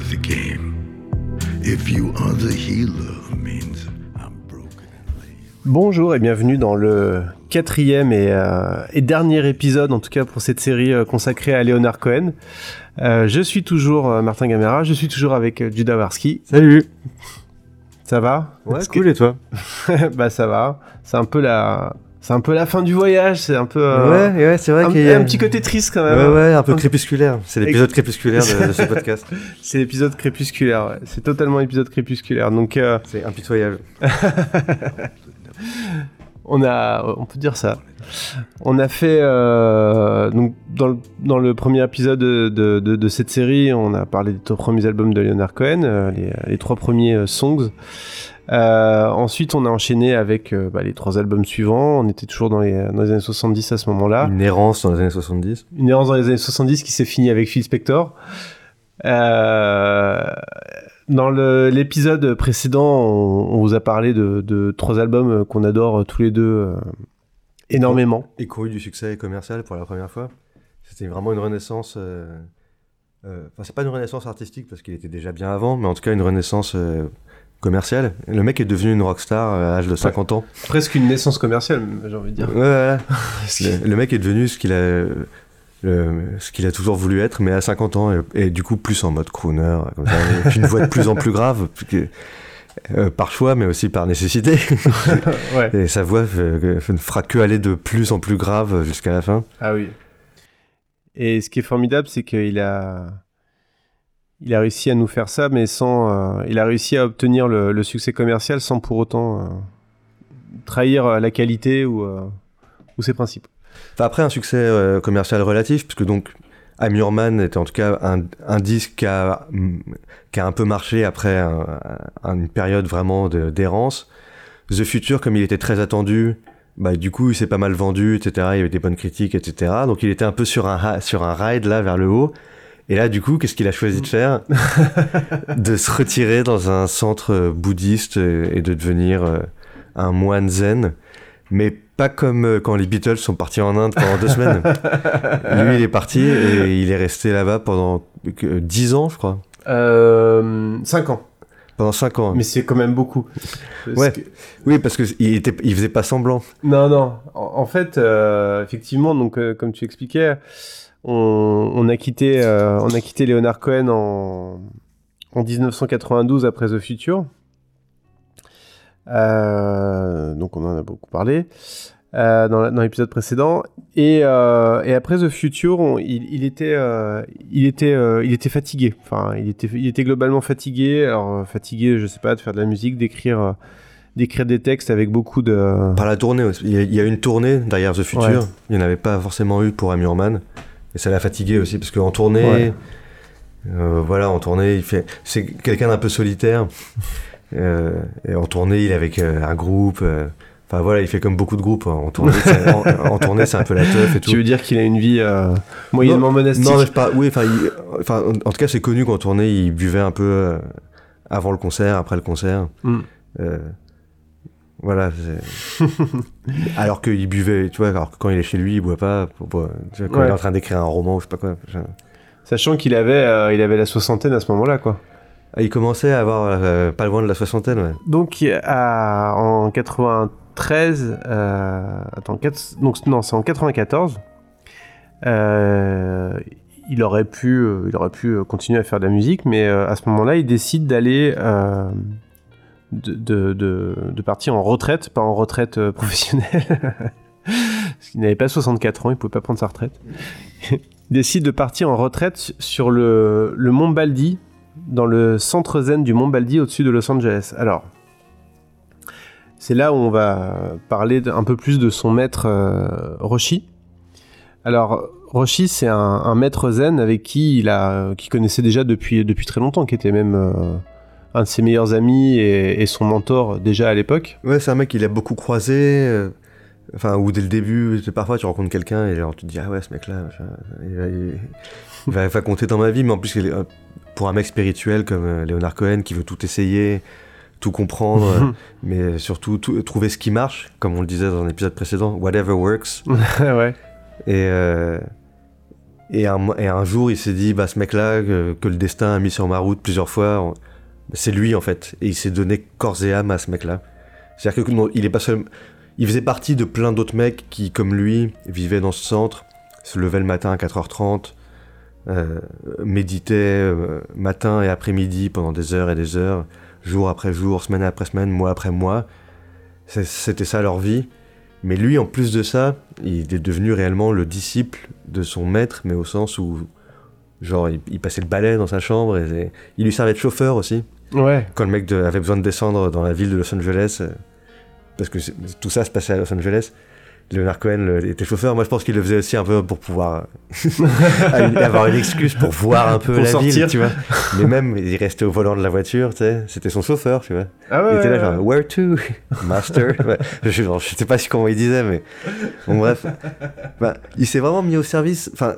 the game. If you are the healer, means I'm broken and lame. Bonjour et bienvenue dans le quatrième et dernier épisode, en tout cas pour cette série consacrée à Leonard Cohen. Je suis toujours Martin Gamera, je suis toujours avec Judah Warski. Salut. Ça va ? Ouais, cool, et toi ? Bah ça va, c'est un peu la fin du voyage, c'est un peu ouais, c'est vrai qu'il y a un petit côté triste quand même. Ouais, un peu crépusculaire. C'est l'épisode crépusculaire de ce podcast. C'est l'épisode crépusculaire, ouais. C'est totalement l'épisode crépusculaire. Donc c'est impitoyable. On peut dire ça. On a fait donc dans le premier épisode de cette série, on a parlé des 3 premiers albums de Leonard Cohen, les 3 premiers songs. Ensuite, on a enchaîné avec les 3 albums suivants. On était toujours dans les années 70 à ce moment-là. Une errance dans les années 70. Une errance dans les années 70 qui s'est finie avec Phil Spector. Dans l'épisode précédent, on vous a parlé de 3 albums qu'on adore tous les deux énormément. Et qui ont eu du succès commercial pour la première fois. C'était vraiment une renaissance... c'est pas une renaissance artistique parce qu'il était déjà bien avant, mais en tout cas une renaissance commerciale. Le mec est devenu une rockstar à l'âge de 50 ans. Presque une naissance commerciale, j'ai envie de dire. Ouais. Le mec est devenu ce qu'il a toujours voulu être, mais à 50 ans, et du coup plus en mode crooner, comme ça, avec une voix de plus en plus grave, par choix, mais aussi par nécessité. Ouais. Et sa voix ne fera que aller de plus en plus grave jusqu'à la fin. Ah oui. Et ce qui est formidable, c'est qu'il a réussi à nous faire ça, mais il a réussi à obtenir le succès commercial sans pour autant trahir la qualité ou ses principes. Enfin, après, un succès commercial relatif, puisque donc I'm Your Man était en tout cas un disque qui a un peu marché après une période vraiment d'errance. The Future, comme il était très attendu, du coup il s'est pas mal vendu, etc. Il y avait des bonnes critiques, etc. Donc il était un peu sur un ride là vers le haut. Et là, du coup, qu'est-ce qu'il a choisi de faire ? De se retirer dans un centre bouddhiste et de devenir un moine zen. Mais pas comme quand les Beatles sont partis en Inde pendant 2 semaines. Lui, il est parti et il est resté là-bas pendant 10 ans, je crois. 5 ans. Pendant 5 ans. Mais c'est quand même beaucoup. Ouais. Oui, parce qu'il faisait pas semblant. Non. En fait, effectivement, donc comme tu expliquais, on a quitté Leonard Cohen en 1992 après The Future. Donc on en a beaucoup parlé dans l'épisode précédent et après The Future il était fatigué, enfin il était globalement fatigué. Alors fatigué, je sais pas, de faire de la musique, d'écrire des textes avec beaucoup de... Par la tournée aussi. Il y a une tournée derrière The Future. Ouais. Il n'y en avait pas forcément eu pour I'm Your Man, et ça l'a fatigué aussi parce qu'en tournée en tournée c'est quelqu'un d'un peu solitaire. Et en tournée, il est avec un groupe. Il fait comme beaucoup de groupes. En tournée, c'est un peu la teuf et tout. Tu veux dire qu'il a une vie moyennement monastique ? Non, oui. En tout cas, c'est connu qu'en tournée, il buvait un peu avant le concert, après le concert. Alors qu'il buvait, tu vois. Alors que quand il est chez lui, il boit pas. Quand il est en train d'écrire un roman, je sais pas quoi. Sachant qu'il avait la soixantaine à ce moment-là, quoi. Il commençait à avoir pas loin de la soixantaine, ouais. Donc, en 93... c'est en 94. Il aurait pu continuer à faire de la musique, mais à ce moment-là, il décide d'aller... de partir en retraite, pas en retraite professionnelle. Parce qu'il n'avait pas 64 ans, il pouvait pas prendre sa retraite. Il décide de partir en retraite sur le mont Baldy, dans le centre zen du mont Baldy au-dessus de Los Angeles. Alors, c'est là où on va parler un peu plus de son maître Roshi. Alors, Roshi, c'est un maître zen avec qui qu'il connaissait déjà depuis très longtemps, qui était même un de ses meilleurs amis et son mentor déjà à l'époque. Ouais, c'est un mec qu'il a beaucoup croisé, ou dès le début, parfois tu rencontres quelqu'un et alors tu te dis « Ah ouais, ce mec-là, il va compter dans ma vie », mais en plus... Pour un mec spirituel comme Leonard Cohen qui veut tout essayer, tout comprendre, mais surtout trouver ce qui marche, comme on le disait dans un épisode précédent, whatever works. Ouais. Et un jour, il s'est dit, bah, ce mec-là, que le destin a mis sur ma route plusieurs fois, c'est lui, en fait. Et il s'est donné corps et âme à ce mec-là. C'est-à-dire que non, il est pas seul. Il faisait partie de plein d'autres mecs qui, comme lui, vivaient dans ce centre, se levaient le matin à 4h30, méditaient matin et après-midi pendant des heures et des heures, jour après jour, semaine après semaine, mois après mois. C'était ça leur vie. Mais lui, en plus de ça, il est devenu réellement le disciple de son maître, mais au sens où, genre, il passait le balai dans sa chambre, et il lui servait de chauffeur aussi. Ouais. Quand le mec avait besoin de descendre dans la ville de Los Angeles, parce que tout ça se passait à Los Angeles, Leonard Cohen était chauffeur. Moi, je pense qu'il le faisait aussi un peu pour pouvoir avoir une excuse pour voir un peu pour la sortir. ville, tu vois. Mais même, il restait au volant de la voiture, tu sais. C'était son chauffeur, tu vois. Ah ouais, Il était là, ouais. genre, where to, master. Ouais. Je sais pas comment il disait, mais bon, bref. Bah, il s'est vraiment mis au service. Enfin,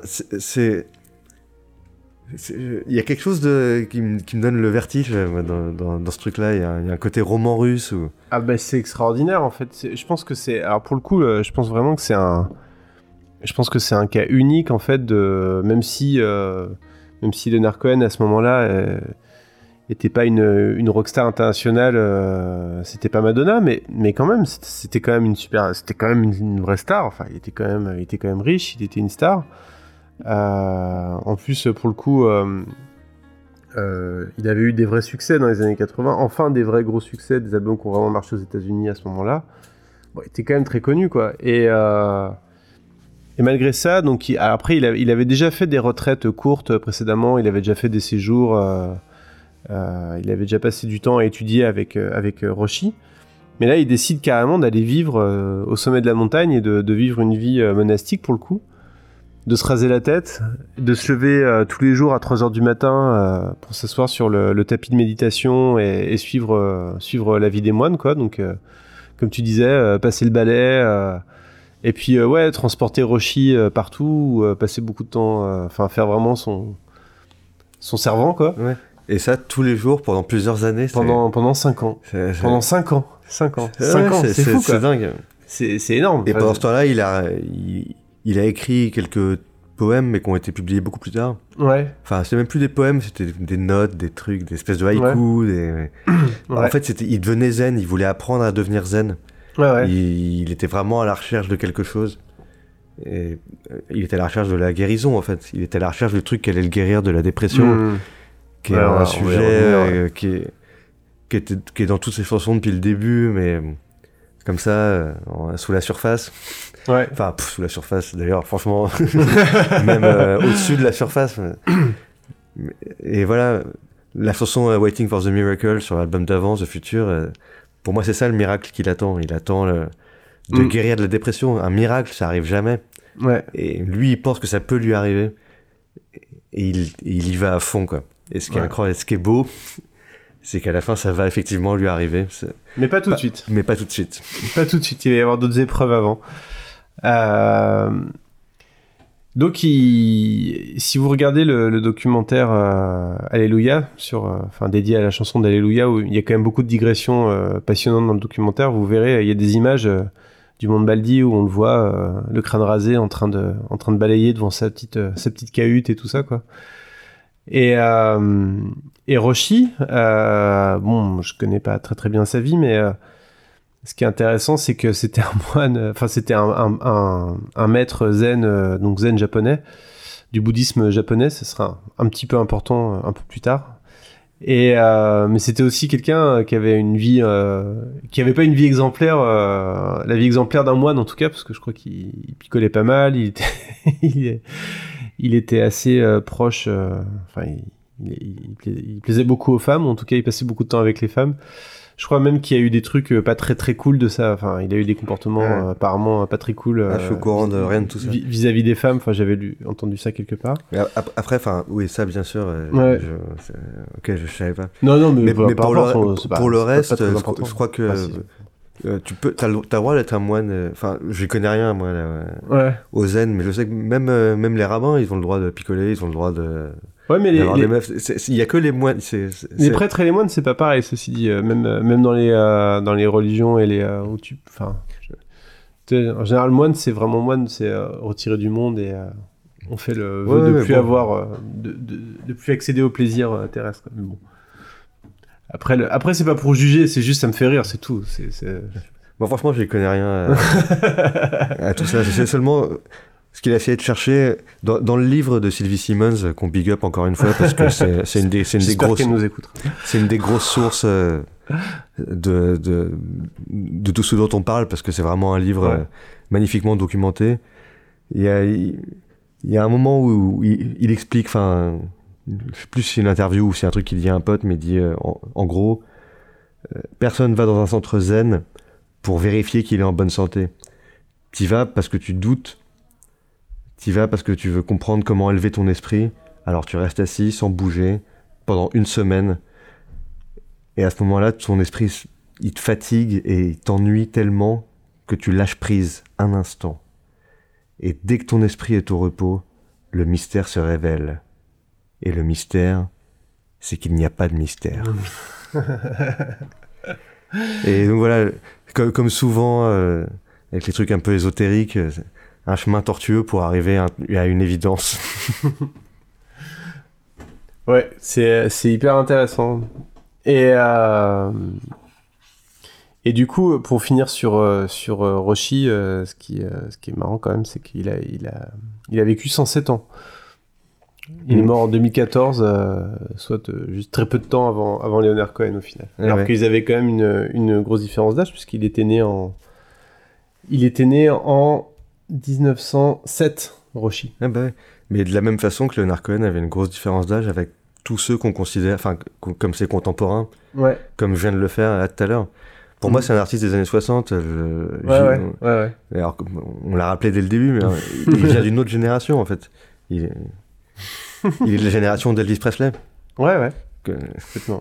il y a quelque chose qui me donne le vertige moi, dans ce truc-là. Il y a un côté roman russe. Ah bah c'est extraordinaire en fait. Je pense que c'est... Alors pour le coup, je pense vraiment que c'est un... Je pense que c'est un cas unique en fait de... Même si Leonard Cohen à ce moment-là était pas une rockstar internationale, c'était pas Madonna, mais quand même, c'était quand même c'était quand même une vraie star. Enfin, il était quand même riche, il était une star. En plus, pour le coup, il avait eu des vrais succès dans les années 80, enfin des vrais gros succès, des albums qui ont vraiment marché aux États-Unis à ce moment-là. Bon, il était quand même très connu, quoi. Et malgré ça, donc après, il avait déjà fait des retraites courtes précédemment. Il avait déjà fait des séjours. Il avait déjà passé du temps à étudier avec Roshi. Mais là, il décide carrément d'aller vivre au sommet de la montagne et de vivre une vie monastique pour le coup. De se raser la tête, de se lever tous les jours à 3h du matin pour s'asseoir sur le tapis de méditation et suivre la vie des moines, quoi. Donc, comme tu disais, passer le balai, et puis transporter Roshi partout, passer beaucoup de temps, faire vraiment son servant, quoi. Ouais. Et ça, tous les jours, pendant plusieurs années. Pendant 5 ans. Pendant 5 ans. 5 ans. 5 ans, c'est fou, quoi. C'est dingue. C'est énorme. Et pendant ce temps-là, il a écrit quelques poèmes, mais qui ont été publiés beaucoup plus tard. Ouais. Enfin, c'était même plus des poèmes, c'était des notes, des trucs, des espèces de haïkus. Ouais. En fait, il devenait zen, il voulait apprendre à devenir zen. Ouais. Il était vraiment à la recherche de quelque chose. Et il était à la recherche de la guérison, en fait. Il était à la recherche du truc qui allait le guérir de la dépression, qui est un sujet qui est dans toutes ses chansons depuis le début, mais comme ça, sous la surface. Ouais. Enfin, sous la surface, d'ailleurs, franchement, même au-dessus de la surface. Et voilà, la chanson Waiting for the Miracle sur l'album d'avant, The Future, pour moi, c'est ça le miracle qu'il attend. Il attend de guérir de la dépression. Un miracle, ça arrive jamais. Ouais. Et lui, il pense que ça peut lui arriver. Et il y va à fond, quoi. Et ce qui est incroyable, ce qui est beau, c'est qu'à la fin, ça va effectivement lui arriver. Mais pas tout de suite. Mais pas tout de suite. Pas tout de suite, il va y avoir d'autres épreuves avant. Donc, si vous regardez le documentaire Alléluia, dédié à la chanson d'Alléluia, où il y a quand même beaucoup de digressions passionnantes dans le documentaire, vous verrez, il y a des images du Monte Baldi où on le voit, le crâne rasé, en train de balayer devant sa petite cahute et tout ça, quoi. Et Roshi, je connais pas très très bien sa vie, mais ce qui est intéressant, c'est que c'était un moine, c'était un maître zen, donc zen japonais, du bouddhisme japonais. Ce sera un petit peu important un peu plus tard. Mais c'était aussi quelqu'un qui avait une vie, qui avait pas une vie exemplaire, la vie exemplaire d'un moine en tout cas, parce que je crois qu'il picolait pas mal, il était assez proche, il plaisait beaucoup aux femmes, en tout cas il passait beaucoup de temps avec les femmes. Je crois même qu'il y a eu des trucs pas très très cool de ça. Enfin, il a eu des comportements apparemment pas très cool. Je suis au courant de rien de tout ça. Vis-à-vis des femmes. Enfin, j'avais entendu ça quelque part. Mais après, oui, ça bien sûr. Ok, je savais pas. Non, mais pour le reste, je crois que t'as le droit d'être un moine. Enfin, je connais rien moi au zen, mais je sais que même les rabbins, ils ont le droit de picoler, ils ont le droit de. Ouais, mais les meufs, il y a que les moines. Les prêtres et les moines, c'est pas pareil, ceci dit. Même dans les religions et les en général, moine, c'est vraiment moine, c'est retiré du monde et On fait le vœu de plus avoir, de plus accéder au plaisir terrestre. Mais bon. Après, c'est pas pour juger, c'est juste ça me fait rire, c'est tout. Bon, franchement, je ne connais rien à tout ça. C'est seulement ce qu'il a essayé de chercher dans le livre de Sylvie Simmons, qu'on big up encore une fois, parce que c'est une des grosses. Qu'elle nous écoutera. C'est une des grosses sources de tout ce dont on parle, parce que c'est vraiment un livre magnifiquement documenté. Il y a un moment où il explique, enfin, je sais plus si c'est une interview ou si c'est un truc qu'il dit à un pote, mais il dit en gros, personne va dans un centre zen pour vérifier qu'il est en bonne santé. T'y vas parce que tu doutes, t'y vas parce que tu veux comprendre comment élever ton esprit, alors tu restes assis sans bouger pendant 1 semaine, et à ce moment-là, ton esprit, il te fatigue et il t'ennuie tellement que tu lâches prise un instant. Et dès que ton esprit est au repos, le mystère se révèle. Et le mystère, c'est qu'il n'y a pas de mystère. Et donc voilà, comme souvent, avec les trucs un peu ésotériques, un chemin tortueux pour arriver à une évidence. Ouais, c'est hyper intéressant. Et du coup, pour finir sur Roshi, ce qui est marrant quand même, c'est qu'il a vécu 107 ans. Il est mort en 2014, soit juste très peu de temps avant Leonard Cohen au final. Alors qu'ils avaient quand même une grosse différence d'âge, puisqu'il était né en 1907, Roshi. Ah bah ouais. Mais de la même façon que Leonard Cohen avait une grosse différence d'âge avec tous ceux qu'on considère, enfin, comme ses contemporains, comme je viens de le faire là tout à l'heure. Pour moi, c'est un artiste des années 60. Ouais. Alors, on l'a rappelé dès le début, mais il vient d'une autre génération, en fait. Il est de la génération d'Elvis Presley. Ouais. Complètement.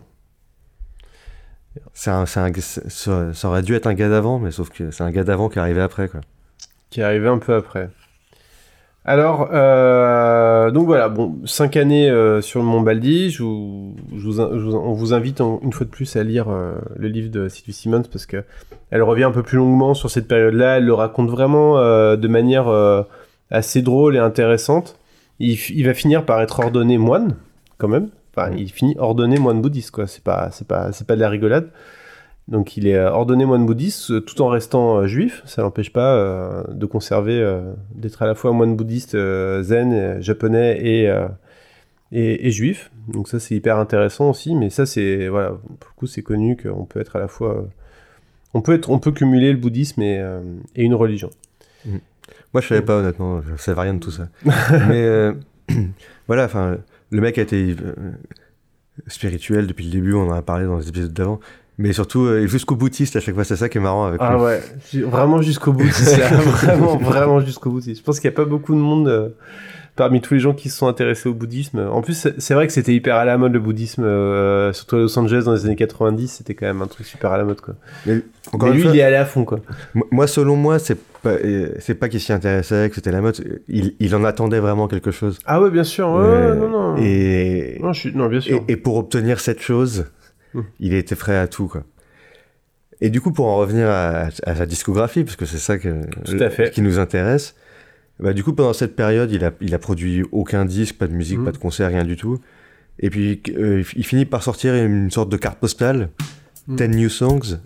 Ça aurait dû être un gars d'avant, mais sauf que c'est un gars d'avant qui est arrivé après, quoi. Qui est arrivé un peu après. Alors, donc voilà, 5 années sur le Mont Baldi. On vous invite une fois de plus à lire le livre de Sylvie Simmons, parce que elle revient un peu plus longuement sur cette période-là. Elle le raconte vraiment de manière assez drôle et intéressante. Il va finir par être ordonné moine, quand même. Enfin, il finit ordonné moine bouddhiste, quoi. C'est pas de la rigolade. Donc il est ordonné moine bouddhiste tout en restant juif. Ça l'empêche pas de conserver, d'être à la fois moine bouddhiste zen, japonais et juif. Donc ça c'est hyper intéressant aussi. Mais ça c'est, voilà, pour le coup c'est connu qu'on peut être à la fois... on peut cumuler le bouddhisme et une religion. Moi je savais pas, honnêtement, je savais rien de tout ça. Mais voilà, enfin, le mec a été spirituel depuis le début, on en a parlé dans les épisodes d'avant. Mais surtout, jusqu'au boutiste à chaque fois, c'est ça qui est marrant avec lui. Ah ouais, vraiment jusqu'au boutiste, vraiment jusqu'au boutiste. Je pense qu'il n'y a pas beaucoup de monde parmi tous les gens qui se sont intéressés au bouddhisme. En plus, c'est vrai que c'était hyper à la mode le bouddhisme, surtout à Los Angeles dans les années 90, c'était quand même un truc super à la mode, quoi. Mais lui, il est allé à fond, quoi. Moi, selon moi, c'est pas qu'il s'y intéressait, que c'était la mode, il en attendait vraiment quelque chose. Ah ouais, bien sûr, non. Non, bien sûr. Et pour obtenir cette chose... il était prêt à tout, quoi. Et du coup, pour en revenir à sa discographie, parce que c'est ça qui nous intéresse, bah, du coup, pendant cette période, il a produit aucun disque, pas de musique, pas de concert, rien du tout. Et puis, il finit par sortir une sorte de carte postale, 10 New Songs.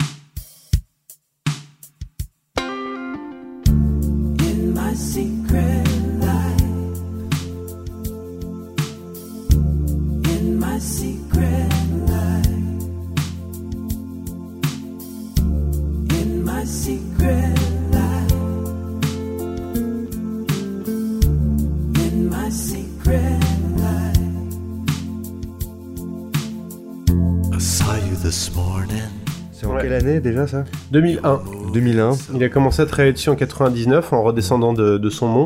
C'est en quelle année déjà ça ? 2001. 2001. Il a commencé à travailler dessus en 99 en redescendant de son mont.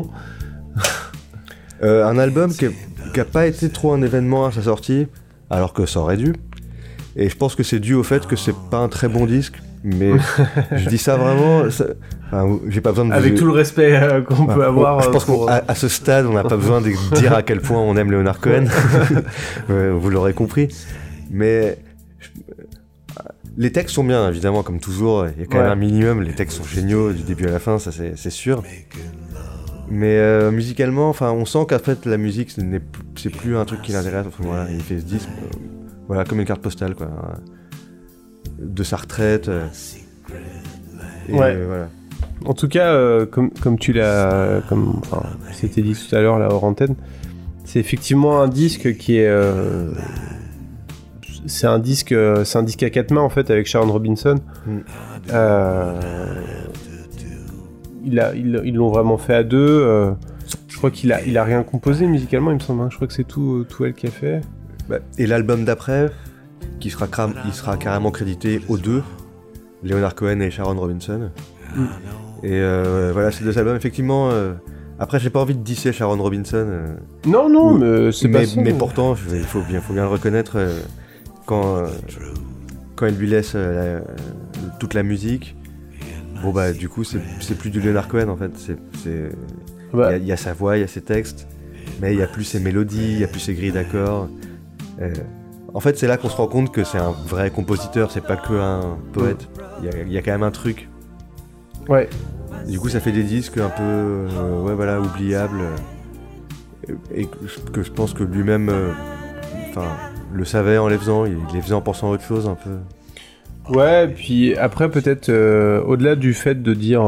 Un album qui a pas été trop un événement à sa sortie, alors que ça aurait dû. Et je pense que c'est dû au fait que c'est pas un très bon disque. Mais je dis ça vraiment, j'ai pas besoin de... Avec tout le respect qu'on peut avoir... Je pense qu'à ce stade, on n'a pas besoin de dire à quel point on aime Leonard Cohen. Vous l'aurez compris. Mais les textes sont bien, évidemment, comme toujours. Il y a quand même un minimum. Les textes sont géniaux du début à la fin, ça c'est sûr. Mais musicalement, enfin, on sent qu'en fait la musique c'est plus un truc qui l'intéresse. Enfin, voilà, il fait ce disque, voilà, comme une carte postale, quoi, de sa retraite. Et Ouais. voilà. En tout cas, comme tu l'as, c'était dit tout à l'heure là hors antenne, c'est effectivement un disque qui est, c'est un disque à quatre mains en fait avec Sharon Robinson. Ils l'ont vraiment fait à deux. Je crois qu'il a rien composé musicalement, il me semble. Hein. Je crois que c'est tout elle qui a fait. Et l'album d'après, il sera carrément crédité aux deux, Leonard Cohen et Sharon Robinson. Et voilà, ces deux albums, effectivement. Après, j'ai pas envie de disser Sharon Robinson. Non, mais c'est pas ça. Mais pourtant, il faut bien le reconnaître quand elle lui laisse toute la musique. Bon bah du coup, c'est plus du Leonard Cohen en fait. Il y a sa voix, il y a ses textes, mais il y a plus ses mélodies, il y a plus ses grilles d'accords. En fait, c'est là qu'on se rend compte que c'est un vrai compositeur, c'est pas que un poète. Il y a quand même un truc. Ouais. Du coup, ça fait des disques un peu, oubliables, et que je pense que lui-même, le savait en les faisant. Il les faisait en pensant à autre chose un peu. Ouais, puis après peut-être au-delà du fait de dire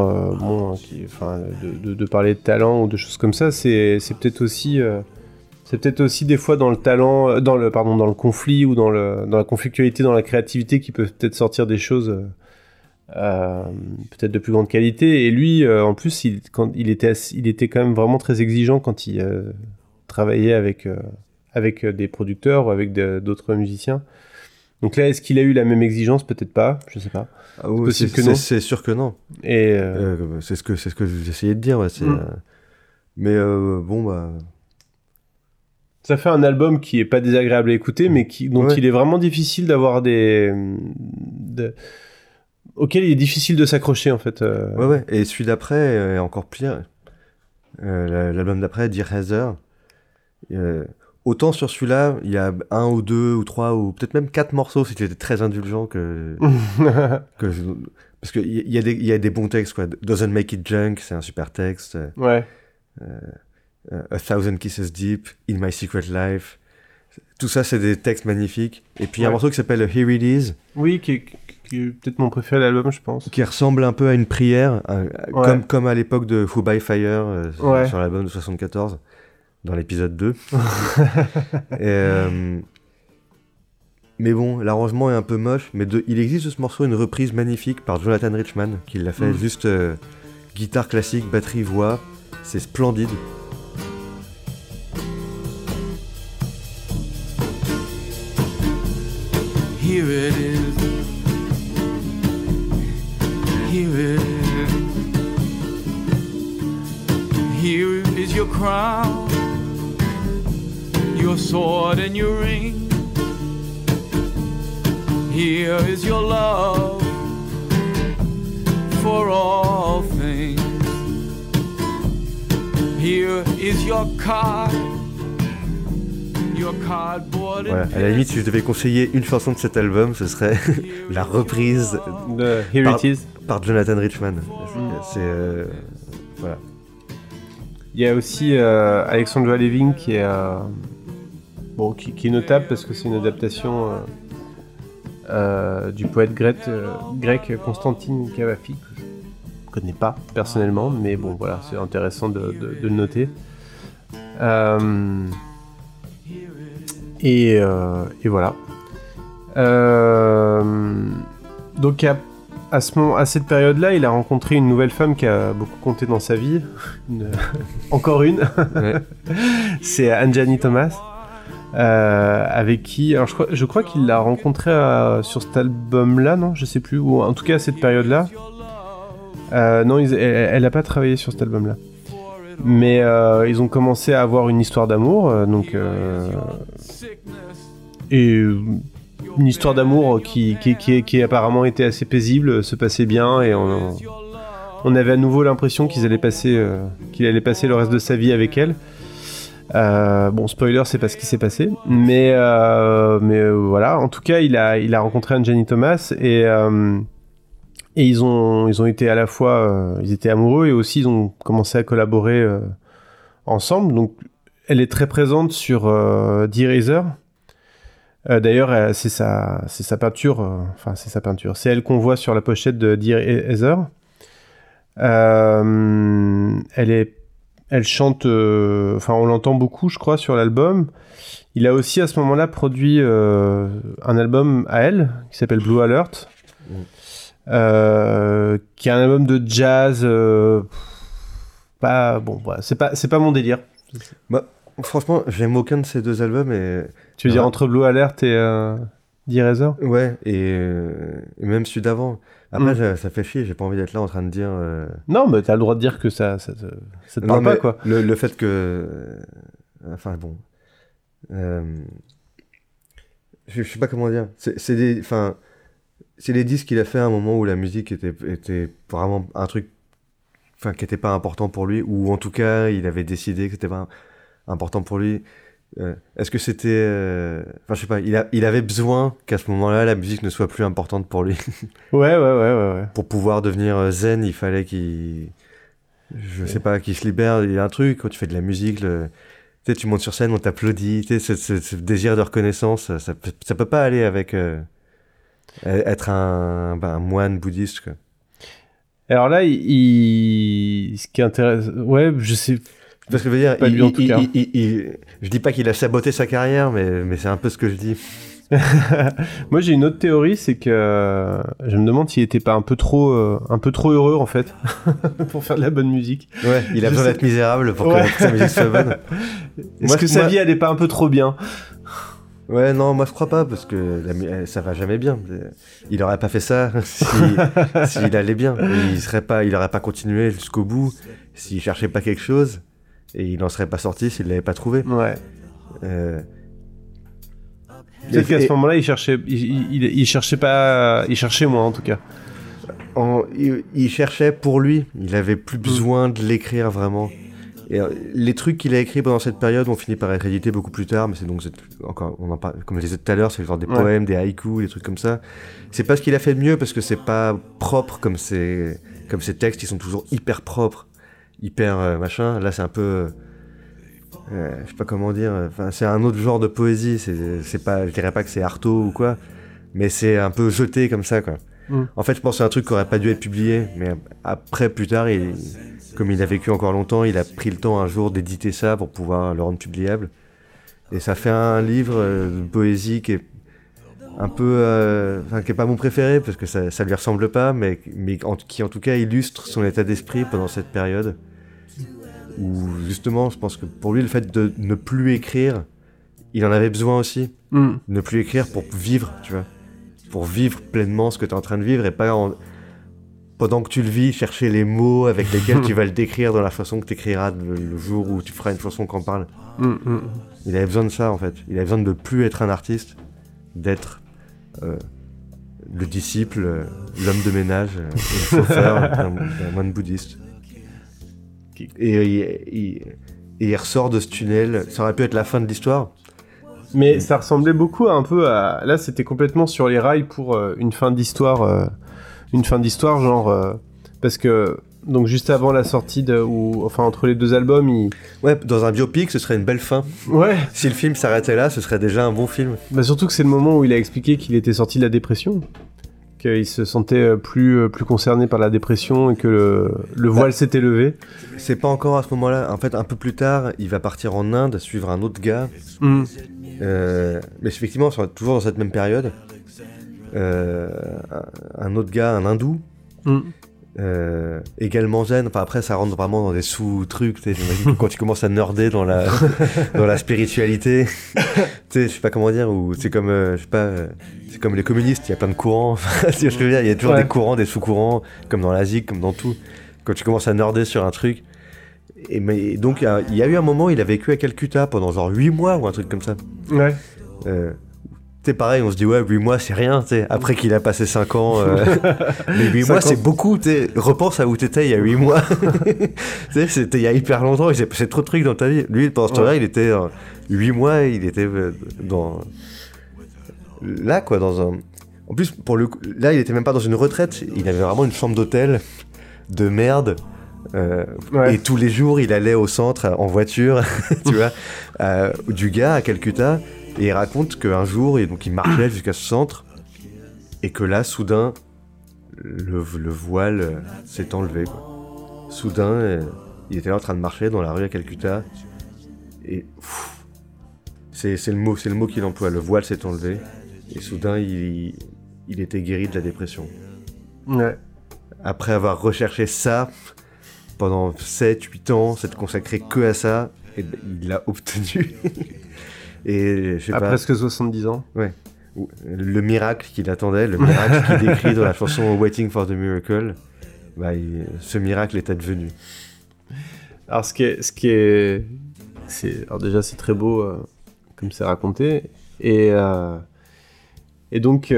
de parler de talent ou de choses comme ça, c'est peut-être aussi des fois dans le talent, dans le conflit ou dans la conflictualité, dans la créativité qui peut peut-être sortir des choses peut-être de plus grande qualité. Et lui, en plus, il était quand même vraiment très exigeant quand il travaillait avec des producteurs ou avec d'autres musiciens. Donc là, est-ce qu'il a eu la même exigence ? Peut-être pas, je sais pas. Ah oui, c'est sûr que non. Et c'est ce que j'essayais de dire. Ouais, mais bon bah. Ça fait un album qui est pas désagréable à écouter, mais dont il est vraiment difficile d'avoir auquel il est difficile de s'accrocher en fait. Ouais. Et celui d'après est encore pire. L'album d'après, Dear Heather. Autant sur celui-là, il y a 1 ou 2 ou 3 ou peut-être même 4 morceaux si tu étais très indulgent parce qu'il y a des bons textes, quoi. Doesn't Make It Junk, c'est un super texte. Ouais. A Thousand Kisses Deep, In My Secret Life. Tout ça, c'est des textes magnifiques. Et puis il y a un morceau qui s'appelle Here It Is. Oui, qui est peut-être mon préféré de l'album, je pense. Qui ressemble un peu à une prière, comme à l'époque de Who by Fire sur l'album de 74. Dans l'épisode 2. Mais bon, l'arrangement est un peu moche, mais il existe de ce morceau une reprise magnifique par Jonathan Richman, qui l'a fait juste guitare classique, batterie, voix, c'est splendide. Here it is. Here it is. Here is your crown. Your sword and your ring. Here is your love for all things. Here is your card. Your cardboard. Voilà, à la limite, si je devais conseiller une chanson de cet album, ce serait la reprise de Here It Is par Jonathan Richman. Voilà. Il y a aussi Alexandra Levin qui est qui est notable parce que c'est une adaptation du poète grec Constantine Cavafy, que je ne connais pas personnellement, mais bon voilà, c'est intéressant de le noter. Et voilà. Donc à cette période-là, il a rencontré une nouvelle femme qui a beaucoup compté dans sa vie. Encore une. Ouais. C'est Anjani Thomas. Avec qui, alors je crois qu'il l'a rencontrée sur cet album-là, non, je sais plus, ou en tout cas à cette période-là. Non, elle a pas travaillé sur cet album-là, mais ils ont commencé à avoir une histoire d'amour, et une histoire d'amour qui apparemment était assez paisible, se passait bien, et on avait à nouveau l'impression qu'il allait passer le reste de sa vie avec elle. Bon, spoiler, c'est pas ce qui s'est passé, mais voilà. En tout cas, il a rencontré Anjani Thomas et Et ils ont été à la fois, ils étaient amoureux et aussi ils ont commencé à collaborer ensemble. Donc, elle est très présente sur The Eraser. D'ailleurs, c'est sa peinture. Enfin, c'est sa peinture. C'est elle qu'on voit sur la pochette de The Eraser. Elle chante. Enfin, on l'entend beaucoup, je crois, sur l'album. Il a aussi à ce moment-là produit un album à elle qui s'appelle Blue Alert. Qui est un album de jazz c'est pas mon délire. Bah, franchement, j'aime aucun de ces deux albums. Tu veux dire entre Blue Alert et The Eraser? Ouais, et même celui d'avant. Après, ça fait chier, j'ai pas envie d'être là en train de dire... Non, mais t'as le droit de dire que ça te parle pas, quoi. Le fait que... Enfin, bon... je sais pas comment dire. C'est des disques qu'il a fait à un moment où la musique était vraiment un truc qui était pas important pour lui, ou en tout cas il avait décidé que c'était pas important pour lui. Est-ce que c'était je sais pas, il avait besoin qu'à ce moment-là la musique ne soit plus importante pour lui. Ouais. Pour pouvoir devenir zen, il fallait qu'il sais pas, qu'il se libère. Il y a un truc quand tu fais de la musique, tu montes sur scène, on t'applaudit, ce désir de reconnaissance, ça peut pas aller avec être un moine bouddhiste, quoi. Alors là, ce qui est intéressant... Ouais, je sais... Parce que je veux dire, pas lui, en tout cas. Je dis pas qu'il a saboté sa carrière, mais c'est un peu ce que je dis. Moi, j'ai une autre théorie, c'est que je me demande s'il était pas un peu trop heureux, en fait, pour faire de la bonne musique. Ouais, il a besoin d'être misérable pour que sa musique soit bonne. Est-ce que sa vie, elle est pas un peu trop bien? Ouais, non, moi je crois pas, parce que ça va jamais bien. Il aurait pas fait ça s'il allait bien. Il aurait pas continué jusqu'au bout s'il cherchait pas quelque chose, et il en serait pas sorti s'il l'avait pas trouvé. Ouais. Peut-être qu'à ce moment-là, il cherchait moins, en tout cas. Il cherchait pour lui. Il avait plus besoin de l'écrire vraiment. Et les trucs qu'il a écrits pendant cette période ont fini par être édités beaucoup plus tard, mais c'est donc encore, on en parle, comme je disais tout à l'heure, c'est le genre des poèmes, des haïkus, des trucs comme ça. C'est pas ce qu'il a fait de mieux, parce que c'est pas propre comme ces textes, ils sont toujours hyper propres, hyper machin. Là, c'est un peu, je sais pas comment dire. Enfin, c'est un autre genre de poésie. C'est pas, je dirais pas que c'est Artaud ou quoi, mais c'est un peu jeté comme ça, quoi. En fait, je pense que c'est un truc qui aurait pas dû être publié, mais après, plus tard, comme il a vécu encore longtemps, il a pris le temps un jour d'éditer ça pour pouvoir le rendre publiable. Et ça fait un livre de poésie qui est un peu... qui est pas mon préféré, parce que ça lui ressemble pas, mais qui en tout cas illustre son état d'esprit pendant cette période. Où justement, je pense que pour lui, le fait de ne plus écrire, il en avait besoin aussi. Ne plus écrire pour vivre, tu vois. Pour vivre pleinement ce que tu es en train de vivre, et pas pendant que tu le vis, chercher les mots avec lesquels tu vas le décrire dans la façon que tu écriras le jour où tu feras une chanson qui en parle. Il avait besoin de ça, en fait. Il avait besoin de ne plus être un artiste, d'être le disciple, l'homme de ménage, le chauffeur d'un moine bouddhiste. Et il ressort de ce tunnel. Ça aurait pu être la fin de l'histoire. Mais ça ressemblait beaucoup un peu à... Là, c'était complètement sur les rails pour une fin d'histoire... genre parce que donc juste avant la sortie entre les deux albums, ouais, dans un biopic ce serait une belle fin. Ouais. Si le film s'arrêtait là, ce serait déjà un bon film. Bah surtout que c'est le moment où il a expliqué qu'il était sorti de la dépression, qu'il se sentait plus concerné par la dépression et que le voile s'était levé. C'est pas encore à ce moment-là. En fait, un peu plus tard, il va partir en Inde suivre un autre gars. Mais effectivement, c'est toujours dans cette même période. Un autre gars, un hindou, également zen. Enfin, après, ça rentre vraiment dans des sous-trucs. J'imagine que quand tu commences à nerder dans la spiritualité, je sais pas comment dire, ou c'est comme, c'est comme les communistes, il y a plein de courants. Tu vois ce que je veux dire, il y a toujours des courants, des sous-courants, comme dans l'Asie, comme dans tout. Quand tu commences à nerder sur un truc. Donc, il y a eu un moment, il a vécu à Calcutta pendant genre 8 mois ou un truc comme ça. Ouais. C'est pareil, on se dit ouais, 8 mois c'est rien, après qu'il a passé 5 ans. Mais 8 mois c'est beaucoup, repense à où t'étais il y a 8 mois. C'était il y a hyper longtemps, c'est trop de trucs dans ta vie. Lui, pendant ce temps-là, il était 8 mois, il était là, quoi, dans un... En plus, pour le coup, là, il était même pas dans une retraite, il avait vraiment une chambre d'hôtel de merde. Ouais. Et tous les jours, il allait au centre en voiture, tu vois, du gars à Calcutta, et il raconte qu'un jour, donc il marchait jusqu'à ce centre, et que là, soudain, le voile s'est enlevé, quoi. Soudain, il était là en train de marcher dans la rue à Calcutta, et c'est le mot qu'il emploie, le voile s'est enlevé, et soudain, il était guéri de la dépression. Ouais. Après avoir recherché ça pendant 7-8 ans, s'être consacré que à ça, et il l'a obtenu. Et je sais À pas. presque 70 ans. Ouais. Le miracle qu'il attendait, le miracle qu'il décrit dans la chanson Waiting for the Miracle, bah, ce miracle est advenu. Alors alors déjà c'est très beau comme c'est raconté, et donc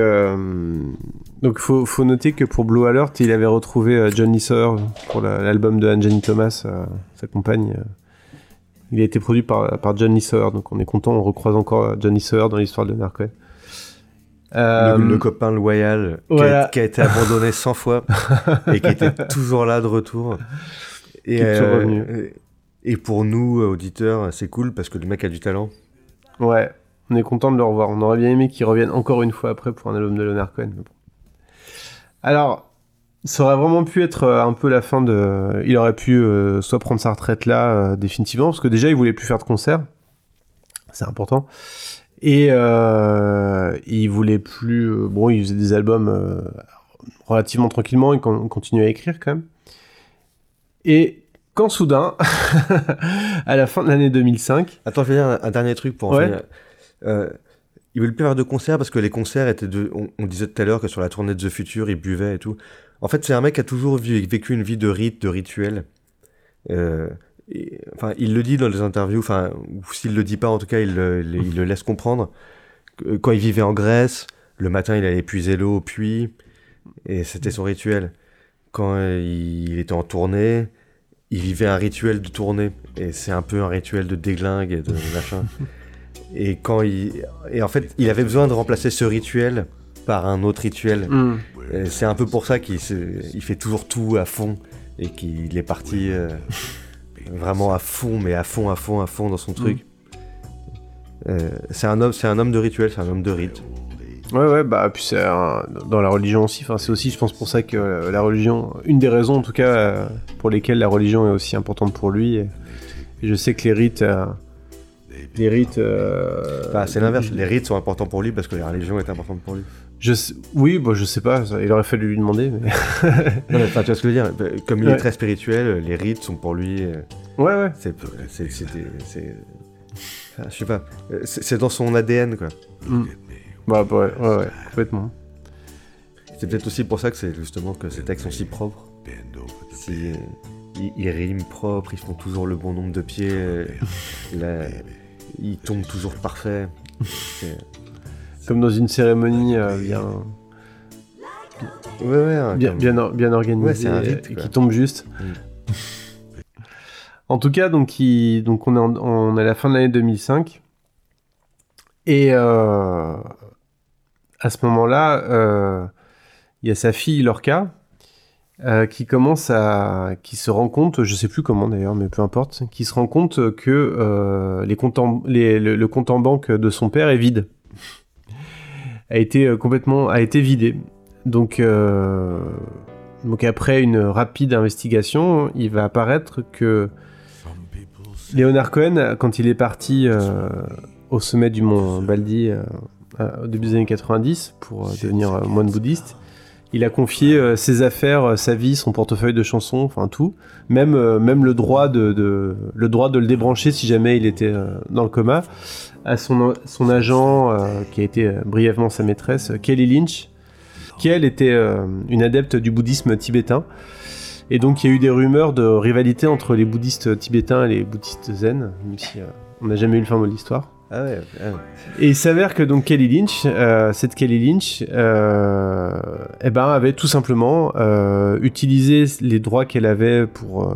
faut noter que pour Blue Alert il avait retrouvé John Lee Sawyer pour l'album de Anjani Thomas, sa compagne. Il a été produit par John Lee Sawyer, donc on est content, on recroise encore John Lee Sawyer dans l'histoire de Leonard Cohen. Le copain loyal voilà. qui a été abandonné 100 fois et qui était toujours là de retour. Et pour nous, auditeurs, c'est cool parce que le mec a du talent. Ouais, on est content de le revoir. On aurait bien aimé qu'il revienne encore une fois après pour un album de Leonard Cohen. Mais bon. Alors, ça aurait vraiment pu être un peu la fin de... Il aurait pu soit prendre sa retraite là, définitivement, parce que déjà, il voulait plus faire de concerts. C'est important. Et il voulait plus... il faisait des albums relativement tranquillement, il continuait à écrire quand même. Et quand soudain, à la fin de l'année 2005... Attends, je vais dire un dernier truc pour en finir. Il voulait plus faire de concerts parce que les concerts étaient on disait tout à l'heure que sur la tournée de The Future, il buvait et tout. En fait, c'est un mec qui a toujours vécu une vie de rite, de rituel. Il le dit dans les interviews, ou s'il le dit pas, en tout cas, il le laisse comprendre. Quand il vivait en Grèce, le matin, il allait puiser l'eau au puits, et c'était son rituel. Quand il était en tournée, il vivait un rituel de tournée, et c'est un peu un rituel de déglingue et de machin. Et en fait, il avait besoin de remplacer ce rituel par un autre rituel. Et c'est un peu pour ça qu'il fait toujours tout à fond, et qu'il est parti... vraiment à fond, mais à fond dans son truc. C'est un homme de rituel, c'est un homme de rite. Ouais, puis c'est dans la religion aussi. Enfin, c'est aussi, je pense, pour ça que la religion, une des raisons en tout cas pour lesquelles la religion est aussi importante pour lui. Et je sais que les rites. C'est l'inverse. Les rites sont importants pour lui parce que la religion est importante pour lui. Je sais pas. Il aurait fallu lui demander. Mais... non, mais tu vois ce que je veux dire. Comme il est très spirituel, les rites sont pour lui. Ouais. Je sais pas. C'est dans son ADN, quoi. Ouais, complètement. C'est peut-être aussi pour ça que c'est justement que ces textes sont si propres. Ils riment propres, ils font toujours le bon nombre de pieds. Ils tombent toujours parfait. Comme dans une cérémonie bien organisée, c'est un rite, qui tombe juste. En tout cas, donc on est à la fin de l'année 2005. Et à ce moment-là, il y a sa fille Lorca qui se rend compte, je sais plus comment d'ailleurs, mais peu importe, qui se rend compte que le compte en banque de son père est vide, a été vidé. Donc après une rapide investigation, il va apparaître que Leonard Cohen, quand il est parti au sommet du mont Baldy au début des années 90 pour devenir moine bouddhiste, il a confié ses affaires, sa vie, son portefeuille de chansons, enfin tout, même le droit de le débrancher si jamais il était dans le coma, à son agent qui a été brièvement sa maîtresse, Kelly Lynch, qui elle était une adepte du bouddhisme tibétain. Et donc il y a eu des rumeurs de rivalité entre les bouddhistes tibétains et les bouddhistes zen, même si on n'a jamais eu le fin mot de l'histoire. Ah ouais. Et il s'avère que donc Kelly Lynch, avait tout simplement utilisé les droits qu'elle avait pour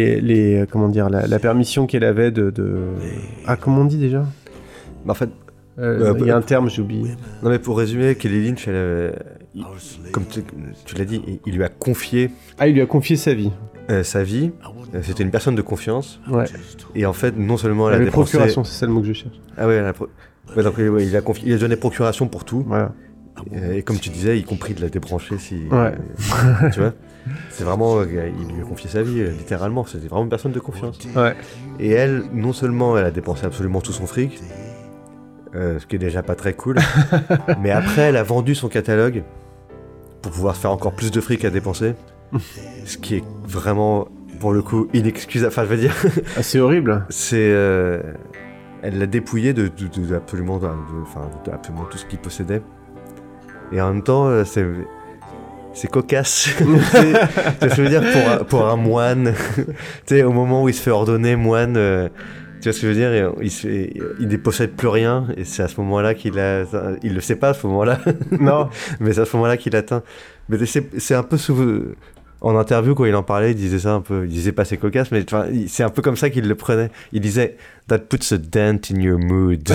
la permission qu'elle avait de comment on dit déjà ? En fait, Il y a un terme, j'ai oublié. Non mais pour résumer, Kelly Lynch, comme tu l'as dit, il lui a confié Ah, il lui a confié sa vie. sa vie. C'était une personne de confiance. Ouais. Et en fait, non seulement elle a La dépensé... procuration, c'est ça le mot que je cherche. Ah ouais, donc, il a donné procuration pour tout. Voilà. Et comme tu disais, y compris de la débrancher si... Ouais. Tu vois, c'est vraiment... il lui a confié sa vie, littéralement. C'était vraiment une personne de confiance. Ouais. Et elle, non seulement elle a dépensé absolument tout son fric, ce qui est déjà pas très cool, mais après elle a vendu son catalogue pour pouvoir faire encore plus de fric à dépenser, ce qui est vraiment, pour le coup, inexcusable. Enfin, je veux dire... Ah, c'est horrible. C'est... elle l'a dépouillé de absolument tout ce qu'il possédait. Et en même temps, c'est cocasse. Tu je veux dire, pour un moine, tu sais, au moment où il se fait ordonner moine, tu vois ce que je veux dire, il ne possède plus rien, et c'est à ce moment-là qu'il a... Il le sait pas à ce moment-là. Non. Mais c'est à ce moment-là qu'il atteint. Mais c'est un peu en interview, quand il en parlait, il disait ça un peu. Il disait pas c'est cocasse, mais c'est un peu comme ça qu'il le prenait. Il disait "That puts a dent in your mood."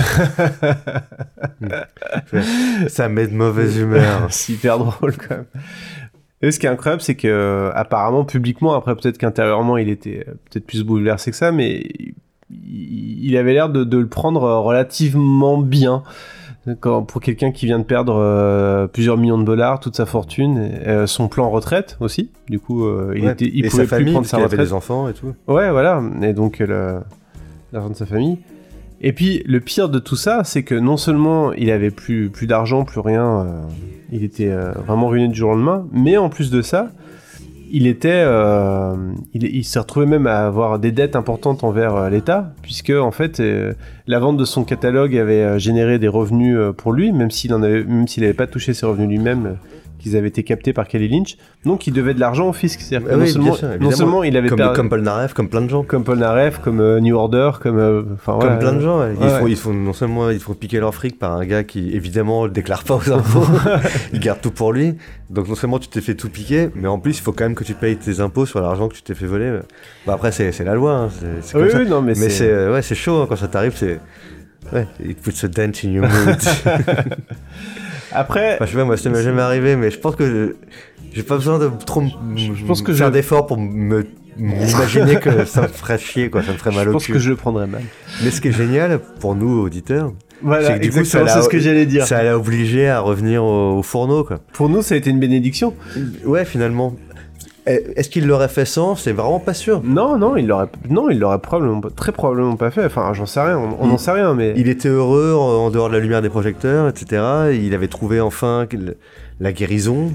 Ça met de mauvaise humeur. C'est hyper drôle quand même. Et ce qui est incroyable, c'est que apparemment publiquement, après peut-être qu'intérieurement il était peut-être plus bouleversé que ça, mais il avait l'air de le prendre relativement bien. Pour quelqu'un qui vient de perdre plusieurs millions de dollars, toute sa fortune, son plan retraite aussi. Du coup, il pouvait plus prendre sa retraite. Il avait des enfants et tout. Ouais, voilà. Et donc l'argent de sa famille. Et puis le pire de tout ça, c'est que non seulement il avait plus d'argent, plus rien, il était vraiment ruiné du jour au lendemain, mais en plus de ça, il s'est retrouvé même à avoir des dettes importantes envers l'État, puisque en fait la vente de son catalogue avait généré des revenus pour lui, même s'il n'avait pas touché ses revenus lui-même, qu'ils avaient été captés par Kelly Lynch. Donc il devait de l'argent au fisc. C'est-à-dire que non seulement il avait comme Paul Narev, comme plein de gens. Comme Paul Narev, comme New Order, comme plein de gens. Non seulement ils font piquer leur fric par un gars qui évidemment le déclare pas aux impôts, il garde tout pour lui. Donc non seulement tu t'es fait tout piquer, mais en plus il faut quand même que tu payes tes impôts sur l'argent que tu t'es fait voler. Bah après c'est la loi. Hein. C'est comme ça. Oui, non, mais c'est chaud hein, quand ça t'arrive. It puts a dent in your mood. Après, je sais pas, moi ça m'est jamais arrivé, mais je pense que j'ai pas besoin de trop faire d'efforts pour m'imaginer que ça me ferait chier, quoi, ça me ferait mal au cul. Je pense que je le prendrais mal. Mais ce qui est génial pour nous auditeurs, voilà, c'est que du coup c'est ce que j'allais dire. Ça l'a obligé à revenir au fourneau, quoi. Pour nous, ça a été une bénédiction. Ouais, finalement. Est-ce qu'il l'aurait fait sans ? C'est vraiment pas sûr. Non, il l'aurait très probablement pas fait. Enfin, j'en sais rien, on n'en sait rien, mais... Il était heureux en dehors de la lumière des projecteurs, etc. Il avait trouvé enfin la guérison.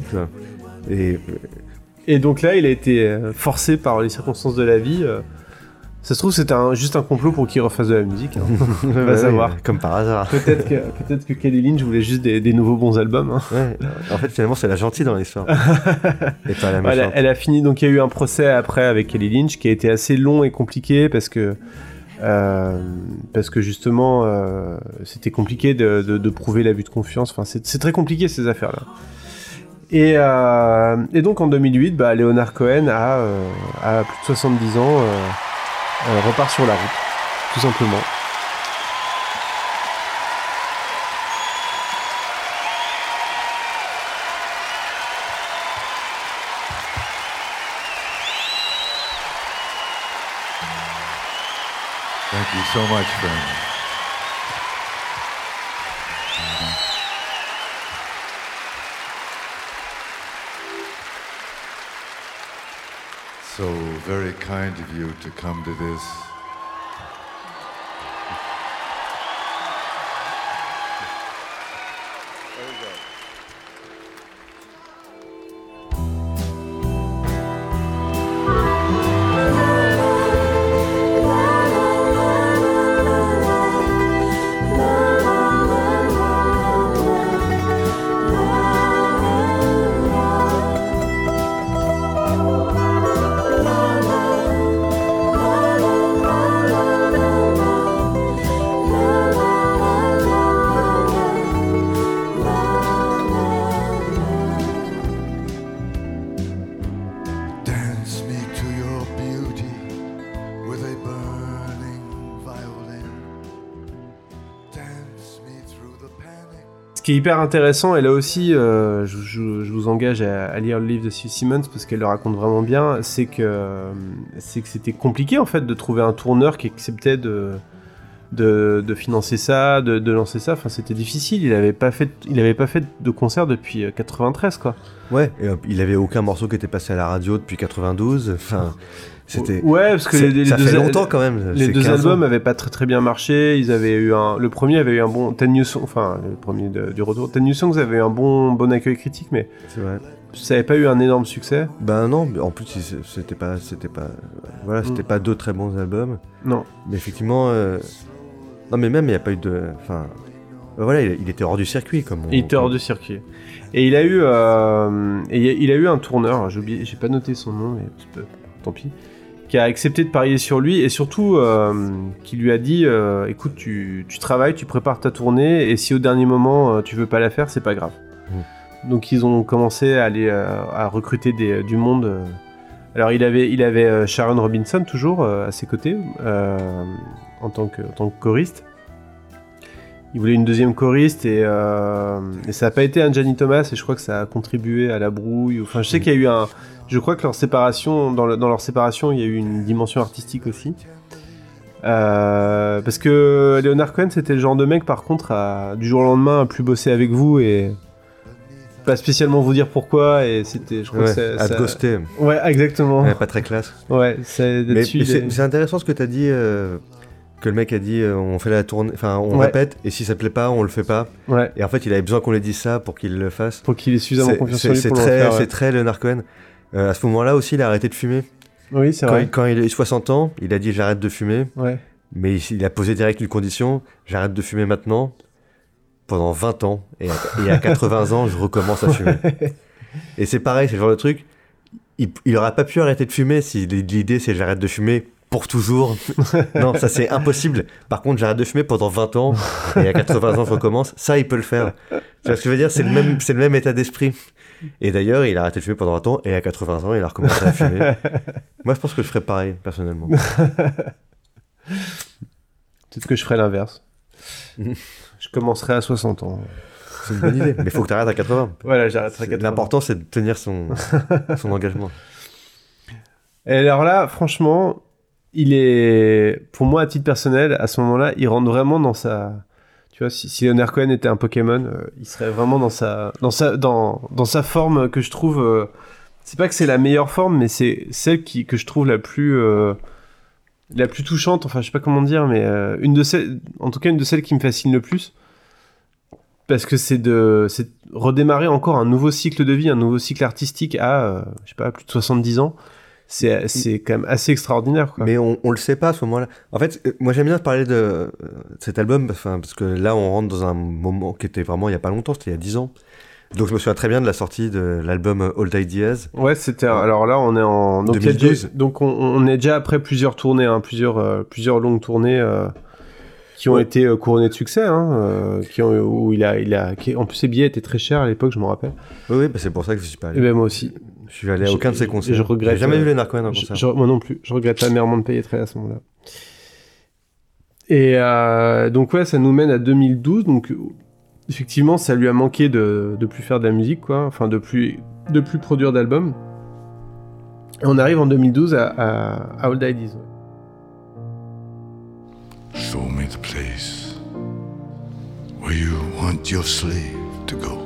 Et donc là, il a été forcé par les circonstances de la vie. Ça se trouve, c'était juste un complot pour qu'il refasse de la musique. Hein. On va savoir. Comme par hasard. Peut-être que Kelly Lynch voulait juste des nouveaux bons albums. Hein. Ouais. En fait, finalement, c'est la gentille dans l'histoire. Et pas la méchante. Elle a fini, donc il y a eu un procès après avec Kelly Lynch qui a été assez long et compliqué parce que justement, c'était compliqué de prouver l'abus de confiance. Enfin, c'est très compliqué ces affaires-là. Et donc en 2008, Leonard Cohen a plus de 70 ans. Repart sur la route, tout simplement. Thank you so much, friend. So very kind of you to come to this. qui est hyper intéressant, et là aussi, je vous engage à lire le livre de Sue Simmons parce qu'elle le raconte vraiment bien, c'est que c'était compliqué en fait de trouver un tourneur qui acceptait de financer ça, de lancer ça. Enfin, c'était difficile. Il avait pas fait de concert depuis 93, quoi. Ouais, et il avait aucun morceau qui était passé à la radio depuis 92. Enfin, c'était. Ouais, parce que ça fait longtemps quand même. Les deux albums avaient pas très très bien marché. Ils avaient eu le premier avait eu un bon 10 New Songs, enfin le premier du retour. 10 New Songs avait eu un bon accueil critique, mais c'est vrai. Ça avait pas eu un énorme succès. Ben non, en plus c'était pas pas deux très bons albums. Non. Mais effectivement, non mais même il y a pas eu de, enfin, voilà, il était hors du circuit comme. Il était hors du circuit. Et il a eu un tourneur. J'ai pas noté son nom, mais tant pis. Qui a accepté de parier sur lui et surtout qui lui a dit écoute, tu travailles, tu prépares ta tournée et si au dernier moment tu veux pas la faire, c'est pas grave. Donc ils ont commencé à aller à recruter du monde. Alors il avait Sharon Robinson toujours à ses côtés en tant que choriste. Il voulait une deuxième choriste et ça n'a pas été un Johnny Thomas et je crois que ça a contribué à la brouille. Enfin, je sais qu'il y a eu je crois que leur séparation, dans leur séparation, il y a eu une dimension artistique aussi. Parce que Leonard Cohen, c'était le genre de mec, par contre, du jour au lendemain, à plus bosser avec vous et pas spécialement vous dire pourquoi. Et c'était, je crois que à te ghoster. Ouais, exactement. Ouais, pas très classe. Ouais, c'est intéressant ce que t'as dit. Que le mec a dit on fait la tournée, enfin on répète et si ça plaît pas on le fait pas. Ouais. Et en fait il avait besoin qu'on lui dise ça pour qu'il le fasse. Pour qu'il ait suffisamment confiance en lui pour le faire. C'est très Leonard Cohen. À ce moment-là aussi il a arrêté de fumer. Oui c'est vrai. Quand il a eu 60 ans il a dit j'arrête de fumer. Ouais. Mais il a posé direct une condition, j'arrête de fumer maintenant pendant 20 ans et à 80 ans je recommence à fumer. Et c'est pareil, c'est le genre de truc, il aurait pas pu arrêter de fumer si l'idée c'est j'arrête de fumer pour toujours. Non, ça c'est impossible. Par contre, j'arrête de fumer pendant 20 ans et à 80 ans je recommence. Ça, il peut le faire. Tu vois ce que je veux dire ? C'est le même état d'esprit. Et d'ailleurs, il a arrêté de fumer pendant 20 ans et à 80 ans, il a recommencé à fumer. Moi, je pense que je ferais pareil, personnellement. Peut-être que je ferais l'inverse. Je commencerai à 60 ans. C'est une bonne idée. Mais il faut que tu arrêtes à 80. Voilà, j'arrêterai à 80. L'important, c'est de tenir son engagement. Et alors là, franchement... il est, pour moi à titre personnel, à ce moment-là, il rentre vraiment dans sa, tu vois, si Leonard Cohen était un Pokémon, il serait vraiment dans sa forme que je trouve, c'est pas que c'est la meilleure forme, mais c'est celle que je trouve la plus touchante, enfin je sais pas comment dire, mais une de celles qui me fascine le plus, parce que c'est redémarrer encore un nouveau cycle de vie, un nouveau cycle artistique à, je sais pas, plus de 70 ans. C'est quand même assez extraordinaire, quoi. Mais on le sait pas à ce moment-là. En fait, moi j'aime bien parler de cet album, parce que là on rentre dans un moment qui était vraiment il y a pas longtemps, c'était il y a 10 ans. Donc je me souviens très bien de la sortie de l'album Old Ideas. Ouais, c'était alors là on est en 2012. Donc on est déjà après plusieurs tournées, hein, plusieurs longues tournées qui ont été couronnées de succès, hein, en plus ses billets étaient très chers à l'époque, je me rappelle. Oui, bah c'est pour ça que je suis pas allé. Et ben moi aussi. Je suis allé à aucun de ses concerts. Je regrette. J'ai jamais vu Leonard Cohen en concert. Moi non plus. Je regrette amèrement de payer très à ce moment-là. Et donc ouais, ça nous mène à 2012. Donc effectivement, ça lui a manqué de plus faire de la musique, quoi. Enfin, de plus produire d'albums. Et on arrive en 2012 à Old Ideas. Show me the place where you want your slave to go.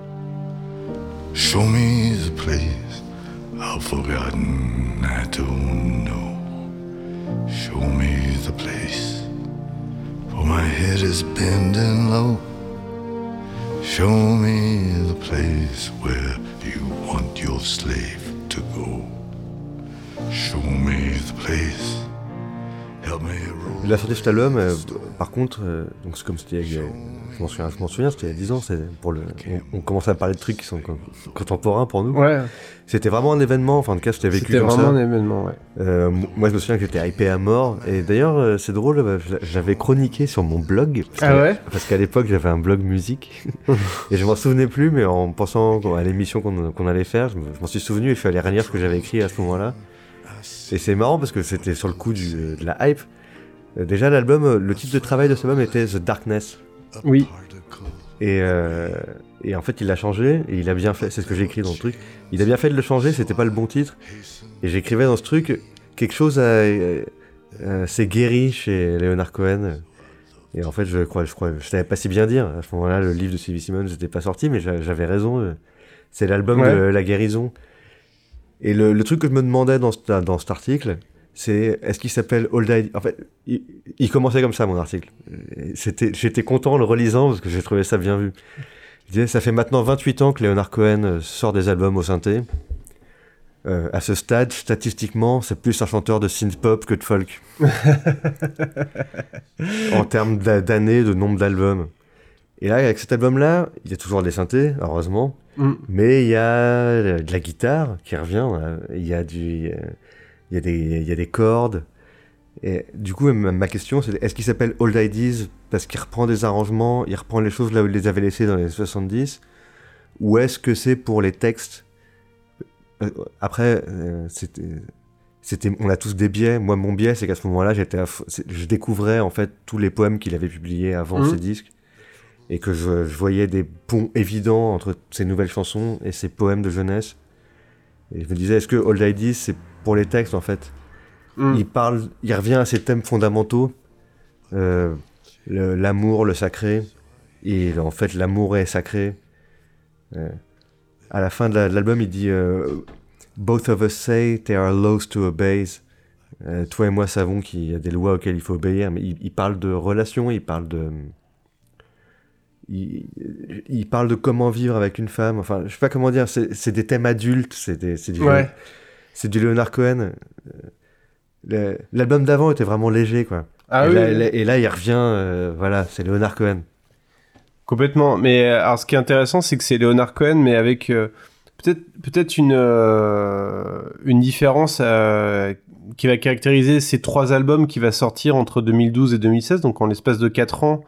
Show me the place I've forgotten, I don't know. Show me the place, for my head is bending low. Show me the place where you want your slave to go. Show me the place. La sortie de cet album, par contre, donc c'est comme c'était, je m'en souviens, c'était il y a 10 ans, on commençait à parler de trucs qui sont contemporains pour nous. Ouais. C'était vraiment un événement, enfin en tout cas c'était vécu comme ça. C'était vraiment un événement, ouais. Moi je me souviens que j'étais hypé à mort, et d'ailleurs c'est drôle, j'avais chroniqué sur mon blog, parce qu'à l'époque j'avais un blog musique, et je m'en souvenais plus, mais en pensant à l'émission qu'on allait faire, je m'en suis souvenu et je suis allé relire ce que j'avais écrit à ce moment-là. Et c'est marrant parce que c'était sur le coup de la hype. Déjà l'album, le titre de travail de cet album était The Darkness. Oui. Et en fait, il l'a changé, et il a bien fait, c'est ce que j'ai écrit dans le truc, il a bien fait de le changer, c'était pas le bon titre. Et j'écrivais dans ce truc, quelque chose s'est guéri chez Leonard Cohen. Et en fait, je savais pas si bien dire. À ce moment-là, le livre de Sylvie Simons n'était pas sorti, mais j'avais raison. C'est l'album de la guérison. Et le truc que je me demandais dans cet article, c'est est-ce qu'il s'appelle Old Ideas? En fait, il commençait comme ça, mon article. J'étais content en le relisant parce que j'ai trouvé ça bien vu. Il disait, ça fait maintenant 28 ans que Leonard Cohen sort des albums au synthé. À ce stade, statistiquement, c'est plus un chanteur de synth-pop que de folk. En termes d'années, de nombre d'albums. Et là, avec cet album-là, il y a toujours des synthés, heureusement, mais il y a de la guitare qui revient, il y a des cordes. Et du coup, ma question, c'est est-ce qu'il s'appelle Old Ideas parce qu'il reprend des arrangements, il reprend les choses là où il les avait laissées dans les années 70, ou est-ce que c'est pour les textes? Après, on a tous des biais. Moi, mon biais, c'est qu'à ce moment-là, je découvrais en fait tous les poèmes qu'il avait publiés avant ces disques, et que je voyais des ponts évidents entre ces nouvelles chansons et ces poèmes de jeunesse. Et je me disais, est-ce que Old Ideas, c'est pour les textes en fait? Il revient à ces thèmes fondamentaux, l'amour, le sacré, et en fait, l'amour est sacré. À la fin de l'album, il dit Both of us say there are laws to obey. Toi et moi savons qu'il y a des lois auxquelles il faut obéir. Mais il parle de relations, il parle de comment vivre avec une femme. Enfin, je sais pas comment dire. C'est des thèmes adultes. C'est du Leonard Cohen. L'album d'avant était vraiment léger, quoi. Et là, il revient. Voilà, c'est Leonard Cohen. Complètement. Mais alors, ce qui est intéressant, c'est que c'est Leonard Cohen, mais avec peut-être une différence qui va caractériser ces 3 albums qui va sortir entre 2012 et 2016, donc en l'espace de 4 ans,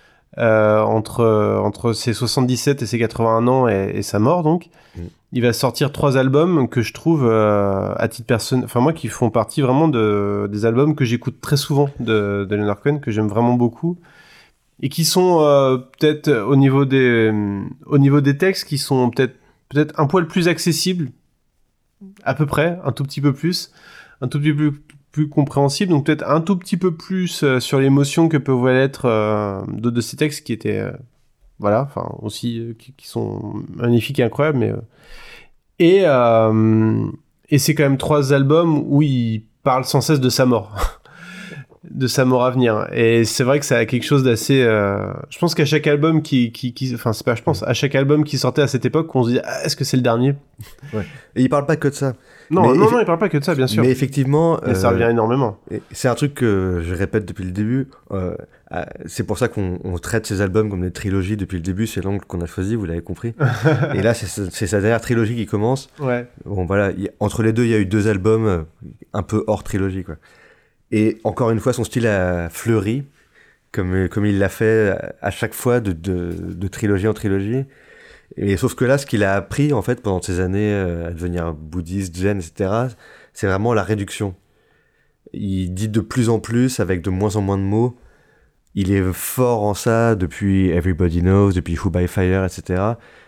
entre ses 77 et ses 81 ans et sa mort, donc. Il va sortir 3 albums que je trouve, à titre personnel, enfin moi, qui font partie vraiment des albums que j'écoute très souvent de Leonard Cohen, que j'aime vraiment beaucoup. Et qui sont peut-être au niveau des textes, qui sont peut-être un poil plus accessibles, à peu près, un tout petit peu plus, un tout petit peu plus compréhensible, donc peut-être un tout petit peu plus sur l'émotion que peuvent être d'autres de ces textes qui étaient, voilà, enfin aussi qui sont magnifiques et incroyables, mais et c'est quand même 3 albums où il parle sans cesse de sa mort. De sa mort à venir, et c'est vrai que ça a quelque chose d'assez je pense qu'à chaque album à chaque album qui sortait à cette époque, on se dit est-ce que c'est le dernier? Et il parle pas que de ça. Non, il parle pas que de ça, bien sûr, mais effectivement ça revient énormément. C'est un truc que je répète depuis le début, c'est pour ça qu'on traite ces albums comme des trilogies depuis le début, c'est l'angle qu'on a choisi, vous l'avez compris. Et là c'est sa dernière trilogie qui commence. Bon voilà, entre les deux il y a eu 2 albums un peu hors trilogie, quoi. Et encore une fois, son style a fleuri, comme il l'a fait à chaque fois de trilogie en trilogie. Et sauf que là, ce qu'il a appris, en fait, pendant ces années à devenir bouddhiste, zen, etc., c'est vraiment la réduction. Il dit de plus en plus, avec de moins en moins de mots. Il est fort en ça depuis Everybody Knows, depuis Who by Fire, etc.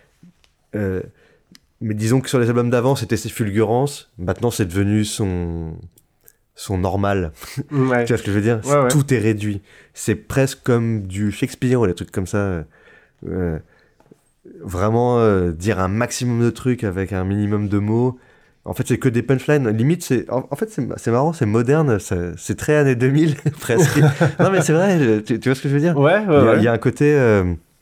Mais disons que sur les albums d'avant, c'était ses fulgurances. Maintenant, c'est devenu son normal. Tu vois ce que je veux dire? Tout est réduit. C'est presque comme du Shakespeare ou des trucs comme ça. Vraiment dire un maximum de trucs avec un minimum de mots. En fait, c'est que des punchlines. Limite, c'est marrant, c'est moderne. C'est très années 2000, presque. Non, mais c'est vrai. Tu vois ce que je veux dire? Il y a un côté...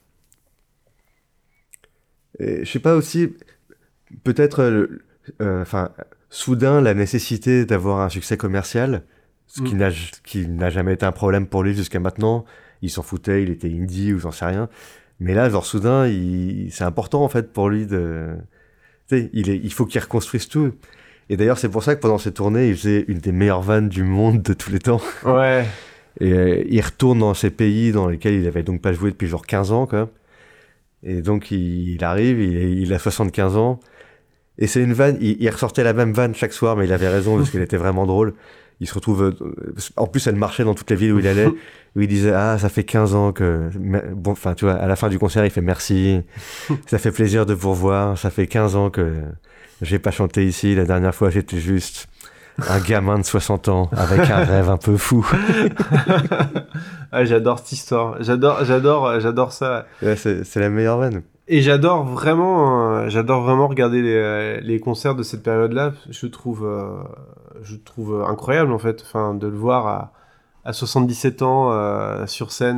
je sais pas aussi... Peut-être... soudain, la nécessité d'avoir un succès commercial, ce qui n'a jamais été un problème pour lui jusqu'à maintenant. Il s'en foutait, il était indie ou j'en sais rien. Mais là, genre, soudain, c'est important, en fait, pour lui de... Tu sais, il faut qu'il reconstruise tout. Et d'ailleurs, c'est pour ça que pendant ses tournées, il faisait une des meilleures vannes du monde de tous les temps. Et il retourne dans ces pays dans lesquels il avait donc pas joué depuis genre 15 ans, quoi. Et donc, il arrive, il a 75 ans. Et c'est une vanne, il ressortait la même vanne chaque soir, mais il avait raison parce qu'elle était vraiment drôle. il se retrouve... en plus, elle marchait dans toutes les villes où il allait, où il disait « Ah, ça fait 15 ans que... » Bon, enfin, tu vois, à la fin du concert, il fait « Merci, ça fait plaisir de vous revoir, ça fait 15 ans que j'ai pas chanté ici, la dernière fois, j'étais juste un gamin de 60 ans avec un rêve un peu fou. » Ah, j'adore cette histoire, j'adore ça. Ouais, c'est la meilleure vanne. Et j'adore vraiment regarder les concerts de cette période-là. Je trouve incroyable en fait, enfin, de le voir à 77 ans sur scène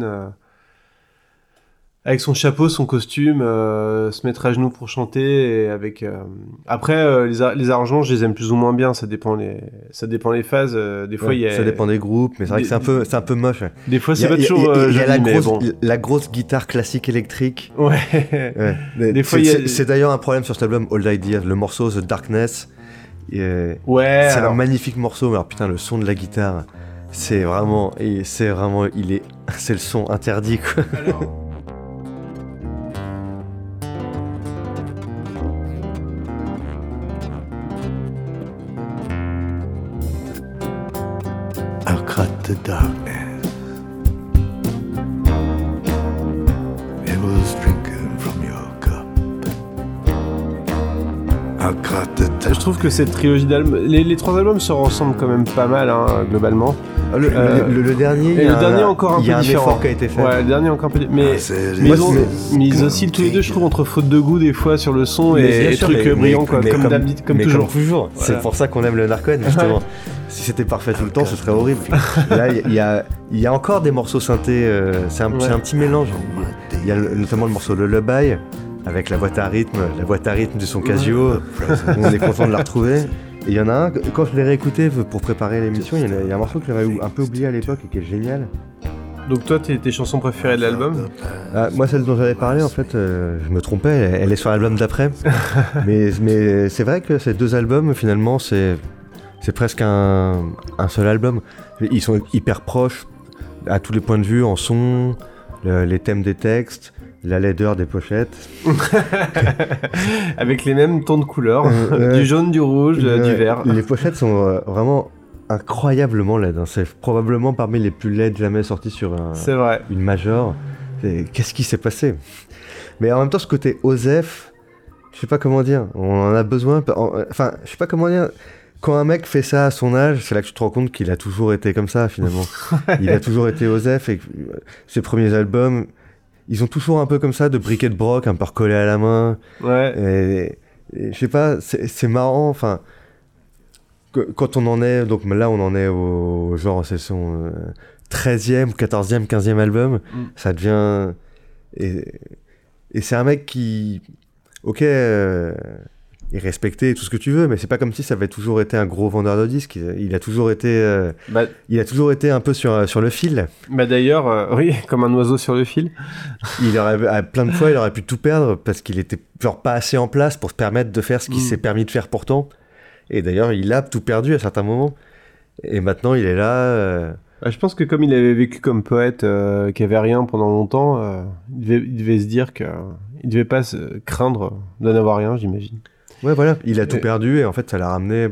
avec son chapeau, son costume, se mettre à genoux pour chanter. Et avec après les arrangements, je les aime plus ou moins bien. Ça dépend les phases. Des fois, ça dépend des groupes, mais c'est vrai que c'est un peu moche. Ouais. Des fois, c'est pas toujours. Il y a bon. la grosse guitare classique électrique. Ouais. Des fois, c'est d'ailleurs un problème sur cet album Old Ideas. Le morceau The Darkness. C'est un magnifique morceau, mais alors putain, le son de la guitare, c'est vraiment, c'est le son interdit, quoi. Alors... I'll cut the darkness. It was drinking from your cup. I'll cut the darkness. Je trouve que cette trilogie d'albums, les trois albums se ressemblent quand même pas mal, hein, globalement. Le dernier, il y a encore un peu différent. Il y a un effort qui a été fait. Ouais, le dernier encore un peu mais ils oscillent tous les deux, je trouve, entre faute de goût des fois sur le son et trucs brillants, quoi, comme toujours. Voilà. C'est pour ça qu'on aime le Narcon, justement. Si c'était parfait tout le temps, ce serait horrible. Là, il y a encore des morceaux synthés. C'est un petit mélange. Il y a notamment le morceau Lullaby avec la boîte à rythme de son Casio. On est content de la retrouver. Et il y en a un, quand je l'ai réécouté pour préparer l'émission, il y a un morceau que j'avais un peu oublié à l'époque et qui est génial. Donc toi, tes chansons préférées de l'album ? Moi, celle dont j'avais parlé, en fait, je me trompais, elle est sur l'album d'après. mais c'est vrai que ces deux albums, finalement, c'est presque un seul album. Ils sont hyper proches à tous les points de vue, en son, les thèmes des textes, la laideur des pochettes. Avec les mêmes tons de couleurs, du jaune, du rouge, du vert. Les pochettes sont vraiment incroyablement laides. Hein. C'est probablement parmi les plus laides jamais sorties sur une major. Qu'est-ce qui s'est passé ? Mais en même temps, ce côté Osef, je sais pas comment dire, on en a besoin. Enfin, je sais pas comment dire. Quand un mec fait ça à son âge, c'est là que tu te rends compte qu'il a toujours été comme ça, finalement. Il a toujours été Osef et ses premiers albums, ils ont toujours un peu comme ça, de briquet de broc, un peu recollé à la main. Ouais. Et je sais pas, c'est marrant, enfin, quand on en est, donc là on en est au genre, c'est son 13e, 14e, 15e album, ça devient... Et c'est un mec qui... Ok... est respecté, tout ce que tu veux, mais c'est pas comme si ça avait toujours été un gros vendeur de disques. Il a toujours été un peu sur le fil. Bah d'ailleurs, oui, comme un oiseau sur le fil. Plein de fois, il aurait pu tout perdre parce qu'il était genre pas assez en place pour se permettre de faire ce qu'il s'est permis de faire pourtant. Et d'ailleurs, il a tout perdu à certains moments. Et maintenant, il est là. Je pense que comme il avait vécu comme poète, qui avait rien pendant longtemps, il devait se dire qu'il devait pas se craindre d'en avoir rien, j'imagine. Ouais, voilà, il a tout perdu et en fait, ça l'a ramené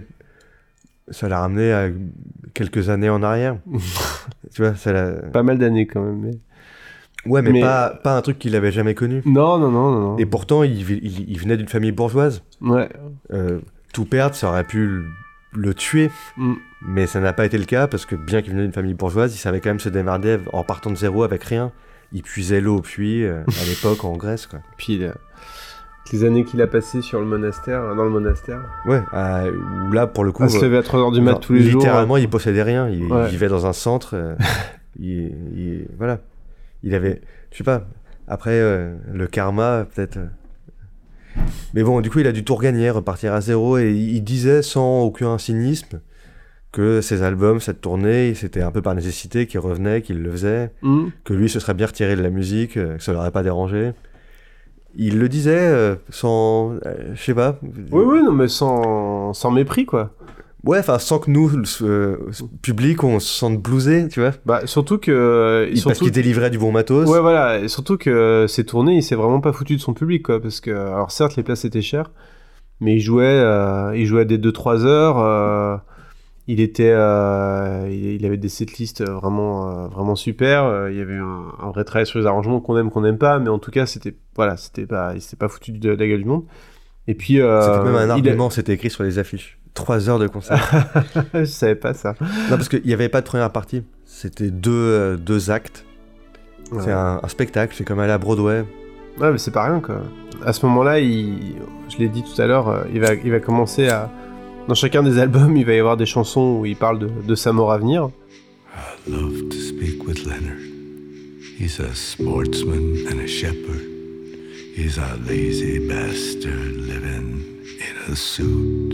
à quelques années en arrière. Tu vois, pas mal d'années quand même. Ouais, mais pas un truc qu'il avait jamais connu. Non. Et pourtant, il venait d'une famille bourgeoise. Ouais. Tout perdre, ça aurait pu le tuer. Mais ça n'a pas été le cas parce que bien qu'il venait d'une famille bourgeoise, il savait quand même se démerder en partant de zéro avec rien. Il puisait l'eau au puits à l'époque en Grèce, quoi. Puis les années qu'il a passées dans le monastère. Ouais, où là, pour le coup... À se lever à 3h du mat tous les jours. Littéralement, il possédait rien. Il vivait dans un centre. Voilà. Il avait... Je sais pas. Après, le karma, peut-être... Mais bon, du coup, il a dû tout regagner, repartir à zéro. Et il disait, sans aucun cynisme, que ses albums, cette tournée, c'était un peu par nécessité qu'il revenait, qu'il le faisait. Que lui se serait bien retiré de la musique, que ça l'aurait pas dérangé. Il le disait sans... je sais pas. Oui, non, mais sans mépris, quoi. Ouais, enfin, sans que nous, public, on se sente bluesé, tu vois. Bah, surtout que... Parce qu'il délivrait du bon matos. Ouais, voilà. Et surtout que ces tournées, il s'est vraiment pas foutu de son public, quoi. Parce que, alors certes, les places étaient chères, mais il jouait des 2-3 heures. il avait des setlists vraiment super. Il y avait un vrai travail sur les arrangements qu'on aime, qu'on n'aime pas, mais en tout cas, il s'était pas foutu de la gueule du monde. Et puis, c'était même un argument, c'était écrit sur les affiches. 3 heures de concert. Je savais pas ça. Non, parce qu'il n'y avait pas de première partie. C'était deux actes. Ouais. C'est un spectacle, c'est comme aller à Broadway. Ouais, mais c'est pas rien, quoi. À ce moment-là, je l'ai dit tout à l'heure, il va commencer à... Dans chacun des albums, il va y avoir des chansons où il parle de sa mort à venir. I love to speak with Leonard. He's a sportsman and a shepherd. He's a lazy bastard living in a suit.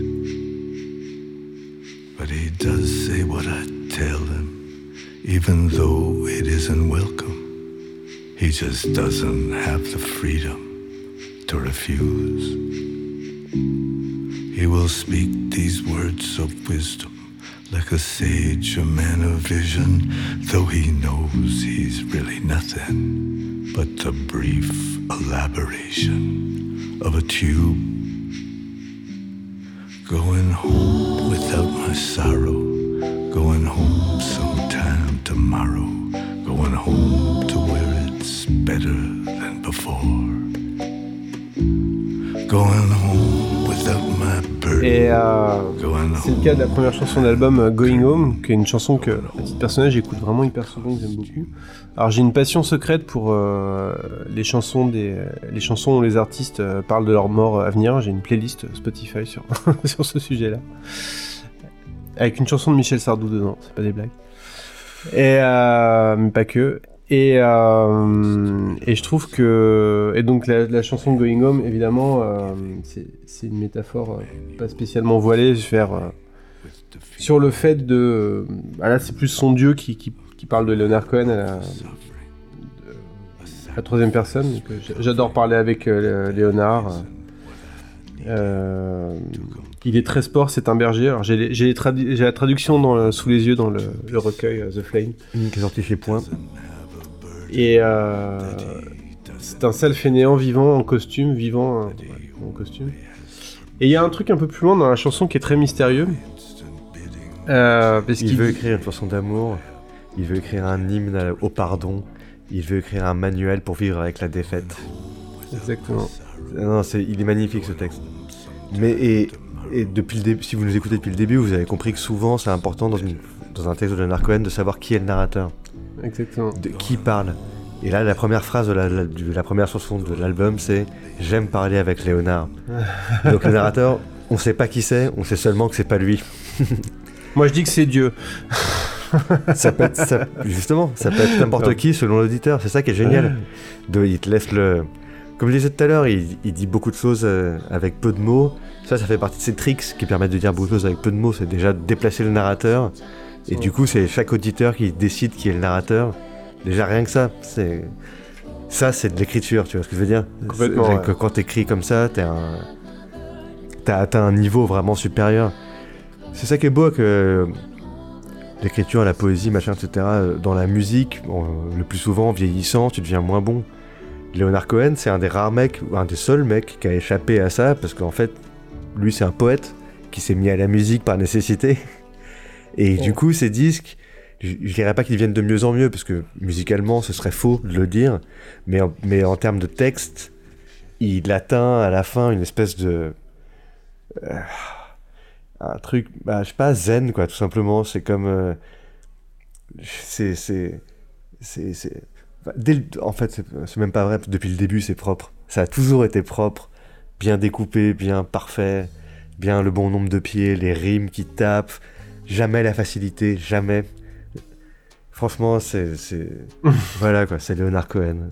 But he does say what I tell him, even though it isn't welcome. He just doesn't have the freedom to refuse. He will speak these words of wisdom like a sage, a man of vision, though he knows he's really nothing but the brief elaboration of a tube. Going home without my sorrow, going home sometime tomorrow, going home to where it's better than before. Going home without my burden. Et c'est le cas de la première chanson de l'album, Going Home, qui est une chanson que, à titre personnel, j'écoute vraiment hyper souvent, que j'aime beaucoup. Alors j'ai une passion secrète pour les chansons où les artistes parlent de leur mort à venir. J'ai une playlist Spotify sur, sur ce sujet-là. Avec une chanson de Michel Sardou dedans, c'est pas des blagues. Et mais pas que. Et je trouve que... Et donc la chanson Going Home, évidemment, c'est une métaphore pas spécialement voilée sur le fait de... là, c'est plus son dieu qui parle de Leonard Cohen à la troisième personne. Donc, j'adore parler avec Léonard. Il est très sport, c'est un berger. Alors, j'ai la traduction sous les yeux dans le recueil The Flame. Qui est sorti chez Point. Et c'est un sale fainéant vivant en costume. Et il y a un truc un peu plus loin dans la chanson qui est très mystérieux. Parce qu'il veut écrire une chanson d'amour, il veut écrire un hymne au pardon, il veut écrire un manuel pour vivre avec la défaite. Exactement. Non, il est magnifique ce texte. Mais et depuis le début, si vous nous écoutez depuis le début, vous avez compris que souvent c'est important dans un texte de Leonard Cohen de savoir qui est le narrateur. Exactement. De qui parle. Et là, la première phrase de la première chanson de l'album, c'est « J'aime parler avec Léonard ». Donc le narrateur, on sait pas qui c'est, on sait seulement que c'est pas lui. Moi, je dis que c'est Dieu. Justement, ça peut être n'importe qui selon l'auditeur. C'est ça qui est génial. Il te laisse le... Comme je disais tout à l'heure, il dit beaucoup de choses avec peu de mots. Ça fait partie de ces tricks qui permettent de dire beaucoup de choses avec peu de mots. C'est déjà de déplacer le narrateur. Et du coup, c'est chaque auditeur qui décide qui est le narrateur. Déjà, rien que ça, c'est de l'écriture, tu vois ce que je veux dire ? Complètement, ouais. Quand t'écris comme ça, t'as atteint un niveau vraiment supérieur. C'est ça qui est beau avec l'écriture, la poésie, machin, etc. Dans la musique, le plus souvent, vieillissant, tu deviens moins bon. Leonard Cohen, c'est un des rares mecs, ou un des seuls mecs qui a échappé à ça, parce qu'en fait, lui, c'est un poète qui s'est mis à la musique par nécessité. Et du coup, ces disques, je dirais pas qu'ils deviennent de mieux en mieux, parce que musicalement, ce serait faux de le dire, mais en termes de texte, il atteint à la fin une espèce de... un truc, je sais pas, zen, quoi, tout simplement. C'est comme... en fait, c'est même pas vrai, depuis le début, c'est propre. Ça a toujours été propre, bien découpé, bien parfait, bien le bon nombre de pieds, les rimes qui tapent... Jamais la facilité, jamais. Franchement, voilà quoi, c'est Leonard Cohen.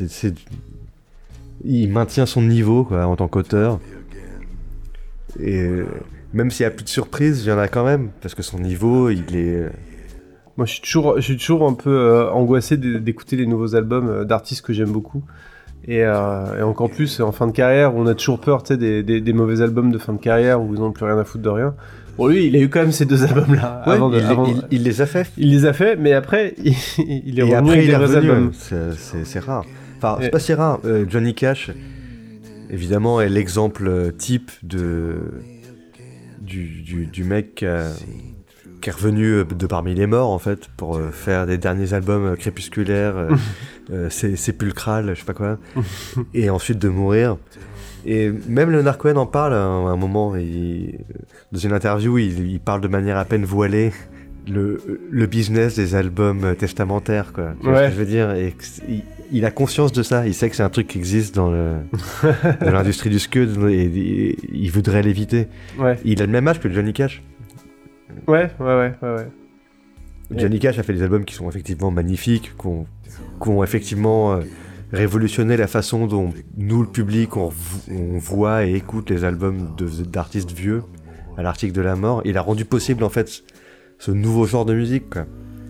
Il maintient son niveau quoi en tant qu'auteur. Et même s'il y a plus de surprises, il y en a quand même parce que son niveau, il est. Moi, je suis toujours un peu angoissé d'écouter les nouveaux albums d'artistes que j'aime beaucoup. Et encore plus en fin de carrière, où on a toujours peur, tu sais, des mauvais albums de fin de carrière où ils n'ont plus rien à foutre de rien. Bon, lui, il a eu quand même ces 2 albums-là. Ouais, il les a fait. Il les a fait, mais après, il est revenu avec des vrais albums. C'est rare. Enfin, c'est pas si rare. Johnny Cash, évidemment, est l'exemple type du mec qui est revenu de parmi les morts en fait pour faire des derniers albums crépusculaires, sépulcrales, je sais pas quoi, et ensuite de mourir. Et même Leonard Cohen en parle à un moment, dans une interview, il parle de manière à peine voilée le business des albums testamentaires, quoi. Tu vois ce que je veux dire? Et il a conscience de ça, il sait que c'est un truc qui existe dans l'industrie du scud et il voudrait l'éviter. Ouais. Il a le même âge que Johnny Cash. Ouais. Johnny Cash a fait des albums qui sont effectivement magnifiques, qui ont effectivement révolutionné la façon dont nous, le public, on voit et écoute les albums d'artistes vieux à l'article de la mort. Il a rendu possible en fait ce nouveau genre de musique, quoi.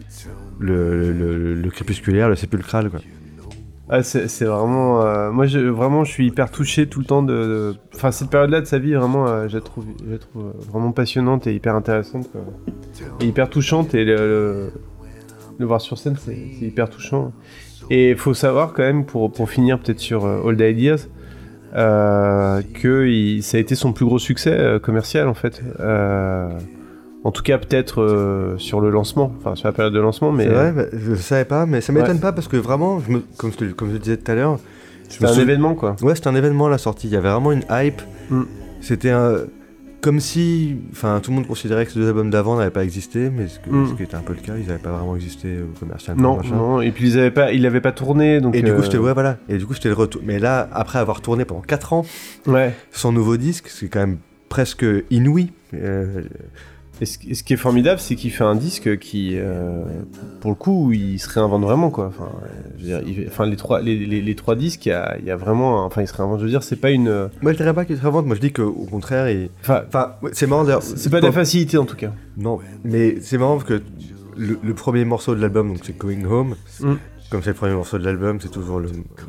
Le crépusculaire, le sépulcral, quoi. Ah, c'est vraiment... moi, je suis hyper touché tout le temps Enfin, cette période-là de sa vie, vraiment, je la trouve vraiment passionnante et hyper intéressante, quoi. Et hyper touchante, et le voir sur scène, c'est hyper touchant. Et il faut savoir, quand même, pour finir peut-être sur Old Ideas, que ça a été son plus gros succès commercial, en fait. En tout cas, peut-être sur le lancement, enfin sur la période de lancement, mais... C'est vrai, je savais pas, mais ça m'étonne pas parce que vraiment, comme je disais tout à l'heure... C'était un événement, quoi. Ouais, c'était un événement, la sortie. Il y avait vraiment une hype. C'était comme si... Enfin, tout le monde considérait que ces deux albums d'avant n'avaient pas existé, mais ce qui était un peu le cas, ils n'avaient pas vraiment existé commercialement. Non, et puis ils n'avaient pas tourné, donc... Et du coup, c'était le retour. Mais là, après avoir tourné pendant 4 ans, son nouveau disque, c'est quand même presque inouï. Et ce qui est formidable, c'est qu'il fait un disque qui, pour le coup, il se réinvente vraiment, quoi. Enfin, je veux dire, les trois disques, il y a vraiment, enfin, il se réinvente. Je veux dire, c'est pas une. Moi, je dirais pas qu'il se réinvente. Moi, je dis qu'au contraire, c'est marrant d'ailleurs. C'est pas de la facilité, en tout cas. Non, mais c'est marrant parce que le premier morceau de l'album, donc c'est Going Home. Comme c'est le premier morceau de l'album, c'est toujours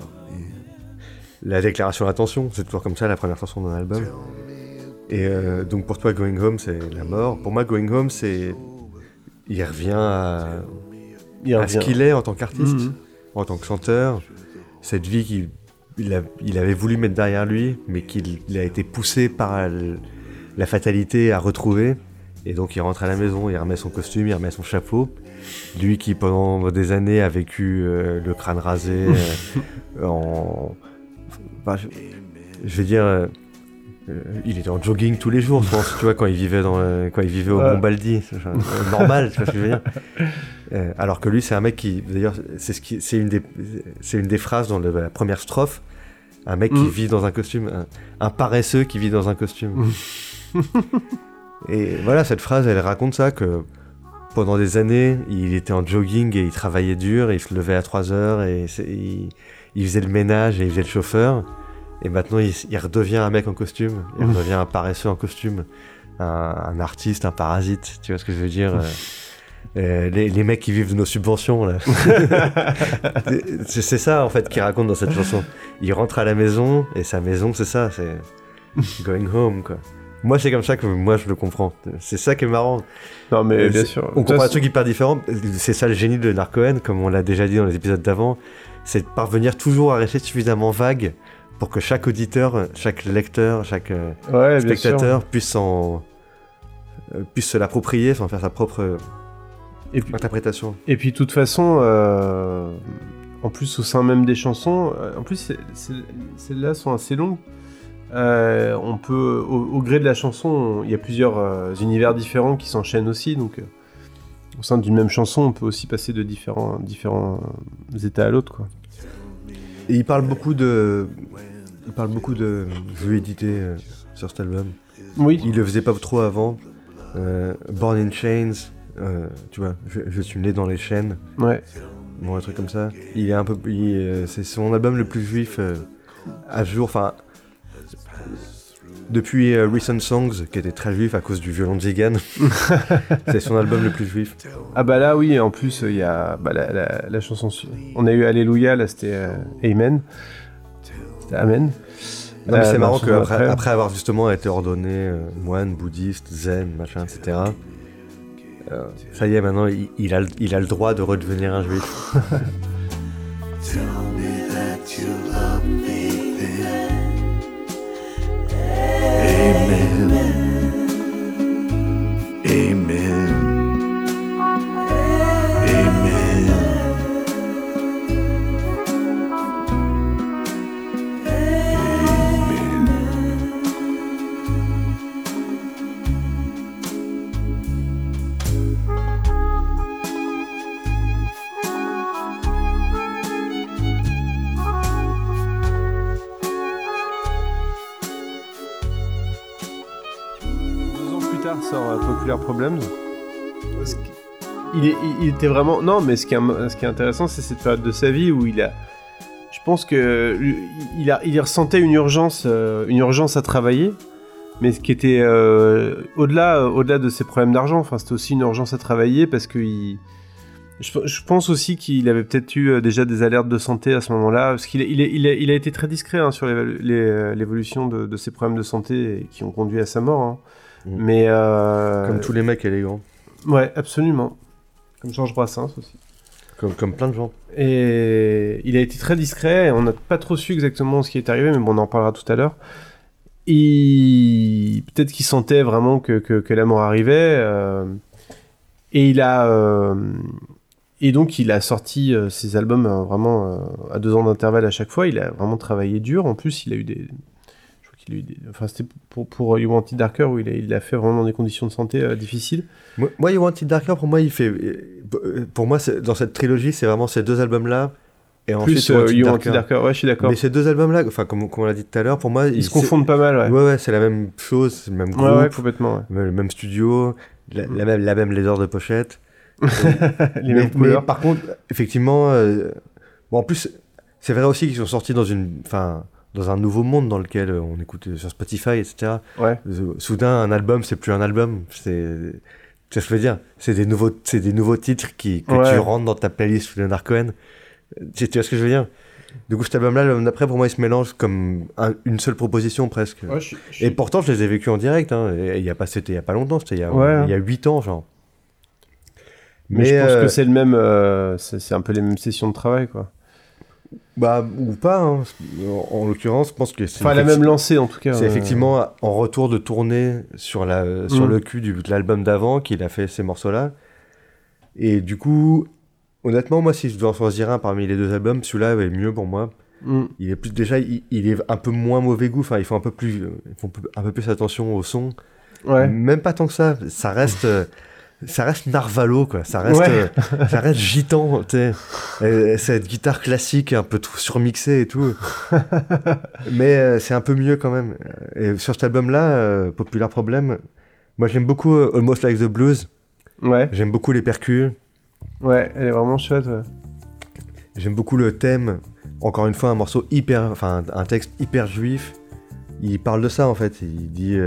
la déclaration d'intention. C'est toujours comme ça, la première chanson d'un album. Et donc pour toi, Going Home, c'est la mort. Pour moi, Going Home, c'est... Il revient à ce qu'il est en tant qu'artiste, en tant que chanteur. Cette vie qu'il avait voulu mettre derrière lui, mais qu'il a été poussé par la fatalité à retrouver. Et donc il rentre à la maison, il remet son costume, il remet son chapeau. Lui qui, pendant des années, a vécu le crâne rasé, je veux dire... il était en jogging tous les jours, je pense, tu vois, quand il vivait au Mont-Baldi, normal, tu vois ce que je veux dire. Alors que lui, c'est un mec qui, d'ailleurs, c'est une des phrases dans la première strophe, un mec qui vit dans un costume, un paresseux qui vit dans un costume. Et voilà, cette phrase, elle raconte ça, que pendant des années, il était en jogging et il travaillait dur, et il se levait à 3h, et il faisait le ménage et il faisait le chauffeur. Et maintenant, il redevient un mec en costume, il redevient un paresseux en costume, un artiste, un parasite, tu vois ce que je veux dire. Les mecs qui vivent de nos subventions, là. c'est ça, en fait, qu'il raconte dans cette chanson. Il rentre à la maison, et sa maison, c'est ça, c'est going home, quoi. Moi, c'est comme ça que moi, je le comprends. C'est ça qui est marrant. Non, mais bien sûr. On comprend un truc hyper différent. C'est ça le génie de Leonard Cohen, comme on l'a déjà dit dans les épisodes d'avant. C'est de parvenir toujours à rester suffisamment vague pour que chaque auditeur, chaque lecteur, chaque spectateur puisse se l'approprier, s'en faire sa propre interprétation. Et puis, de toute façon, en plus, au sein même des chansons, en plus, celles-là sont assez longues. On peut, au gré de la chanson, il y a plusieurs univers différents qui s'enchaînent aussi, donc au sein d'une même chanson, on peut aussi passer de différents états à l'autre, quoi. Et il parle beaucoup de fluidité sur cet album. Oui. Il le faisait pas trop avant. Born in Chains, tu vois, je suis né dans les chaînes. Ouais. Bon, un truc comme ça. Il est c'est son album le plus juif à jour. Enfin, depuis Recent Songs, qui était très juif à cause du violon de Zigan. C'est son album le plus juif. Ah bah là oui, en plus il y a la chanson. On a eu Alléluia, là c'était Amen. C'était Amen. Non, mais c'est marrant qu'après avoir justement été ordonné moine, bouddhiste, zen, machin, etc. Ça y est, maintenant il a le droit de redevenir un juif. Tell me that you love me then. Amen. Amen. tard sort Popular Problems. Il était vraiment... Non, mais ce qui est intéressant, c'est cette période de sa vie où il a... Je pense que il ressentait une urgence à travailler, mais ce qui était au-delà de ses problèmes d'argent. Enfin, c'était aussi une urgence à travailler parce que je pense aussi qu'il avait peut-être eu déjà des alertes de santé à ce moment-là, parce qu'il a été très discret sur l'évolution de ses problèmes de santé qui ont conduit à sa mort. Hein. Mais comme tous les mecs élégants. Ouais, absolument. Comme Georges Brassens aussi. Comme plein de gens. Et il a été très discret, on n'a pas trop su exactement ce qui est arrivé, mais bon, on en parlera tout à l'heure. Peut-être qu'il sentait vraiment que la mort arrivait, et donc il a sorti ses albums vraiment à 2 ans d'intervalle à chaque fois. Il a vraiment travaillé dur. En plus, il a eu des... Enfin, c'était pour You Want It Darker où il l'a fait vraiment dans des conditions de santé difficiles. Moi, You Want It Darker, pour moi, dans cette trilogie, c'est vraiment ces 2 albums-là. Et plus You Want It Darker, ouais, je suis d'accord. Mais ces 2 albums-là, enfin, comme on l'a dit tout à l'heure, pour moi... Ils se confondent pas mal, ouais. Ouais, c'est la même chose, c'est le même groupe. Ouais, complètement, ouais. Le même studio, la même laideur de pochette. Les mêmes couleurs. Mais par contre, effectivement... en plus, c'est vrai aussi qu'ils sont sortis dans un nouveau monde dans lequel on écoute sur Spotify, etc. Ouais. Soudain, un album, c'est plus un album. Tu sais ce que je veux dire ? C'est des nouveaux titres que tu rentres dans ta playlist sous Leonard Cohen. Tu vois ce que je veux dire ? Du coup, cet album-là, d'après, pour moi, il se mélange comme une seule proposition presque. Ouais, Et pourtant, je les ai vécus en direct. Hein. C'était il y a pas longtemps, c'était il y a 8 ans, genre. Mais je pense que c'est le même... c'est un peu les mêmes sessions de travail, quoi. Bah, ou pas, hein. En l'occurrence, je pense que c'est... Enfin, la même lancée, en tout cas. C'est effectivement en retour de tournée sur le cul de l'album d'avant qu'il a fait ces morceaux-là. Et du coup, honnêtement, moi, si je dois en choisir un parmi les 2 albums, celui-là est mieux pour moi. Il est plus... Déjà, il est un peu moins mauvais goût. Enfin, il faut un peu plus attention au son. Ouais. Même pas tant que ça. Ça reste... Ça reste narvalo, quoi. Ça reste gitan, tu sais. Cette guitare classique, un peu tout surmixée et tout. Mais c'est un peu mieux quand même. Et sur cet album-là, Popular Problem, moi j'aime beaucoup Almost Like the Blues. Ouais. J'aime beaucoup les percus. Ouais, elle est vraiment chouette, ouais. J'aime beaucoup le thème. Encore une fois, un texte hyper juif. Il parle de ça, en fait. Il dit...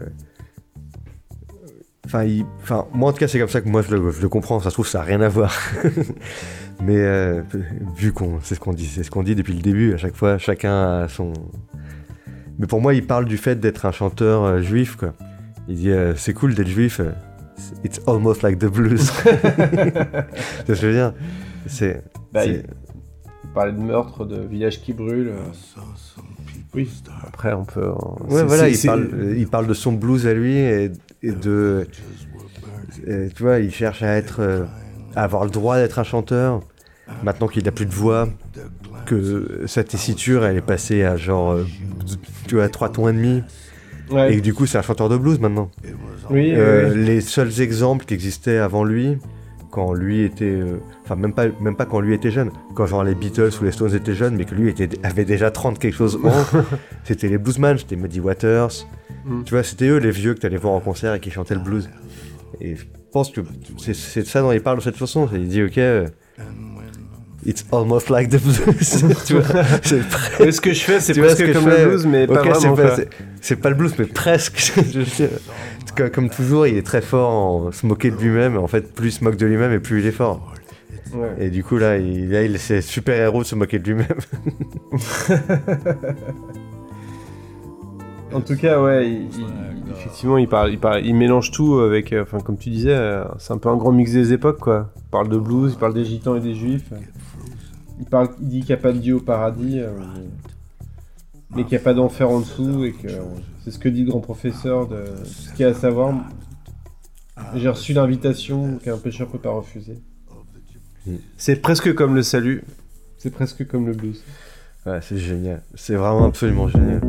moi en tout cas c'est comme ça que moi je le comprends, ça se trouve ça n'a rien à voir. Mais vu c'est ce qu'on dit depuis le début, à chaque fois chacun a son... Mais pour moi il parle du fait d'être un chanteur juif, quoi. Il dit c'est cool d'être juif, it's almost like the blues. C'est ce que je veux dire. Il parlait de meurtre, de village qui brûle. Oui, après on peut... Ouais, voilà, il parle de son blues à lui et de... tu vois, il cherche à avoir le droit d'être un chanteur, maintenant qu'il n'a plus de voix, que sa tessiture, elle est passée à genre... tu vois, 3 tons et demi. Ouais. Et que du coup, c'est un chanteur de blues maintenant. Oui, les seuls exemples qui existaient avant lui, quand lui était... même pas quand lui était jeune, quand genre les Beatles ou les Stones étaient jeunes, mais que lui avait déjà 30 quelque chose ans, c'était les bluesman, c'était Muddy Waters. Tu vois, c'était eux les vieux que t'allais voir en concert et qui chantaient le blues. Et je pense que c'est de ça dont il parle dans cette chanson. Il dit, ok, it's almost like the blues. Tu vois, ce que je fais, c'est presque comme le blues, mais pas vraiment. C'est pas le blues, mais presque. Comme toujours, il est très fort en se moquer de lui-même. En fait, plus il se moque de lui-même et plus il est fort. Ouais. Et du coup, là, c'est super héros de se moquer de lui-même. En tout cas, ouais, effectivement, il mélange tout avec, comme tu disais, c'est un peu un grand mix des époques, quoi. Il parle de blues, il parle des gitans et des juifs. Il dit qu'il n'y a pas de Dieu au paradis, mais qu'il n'y a pas d'enfer en dessous, et que c'est ce que dit le grand professeur de ce qu'il y a à savoir. J'ai reçu l'invitation qu'un pécheur ne peut pas refuser. C'est presque comme le salut, c'est presque comme le blues. Ouais, c'est génial, c'est vraiment absolument génial.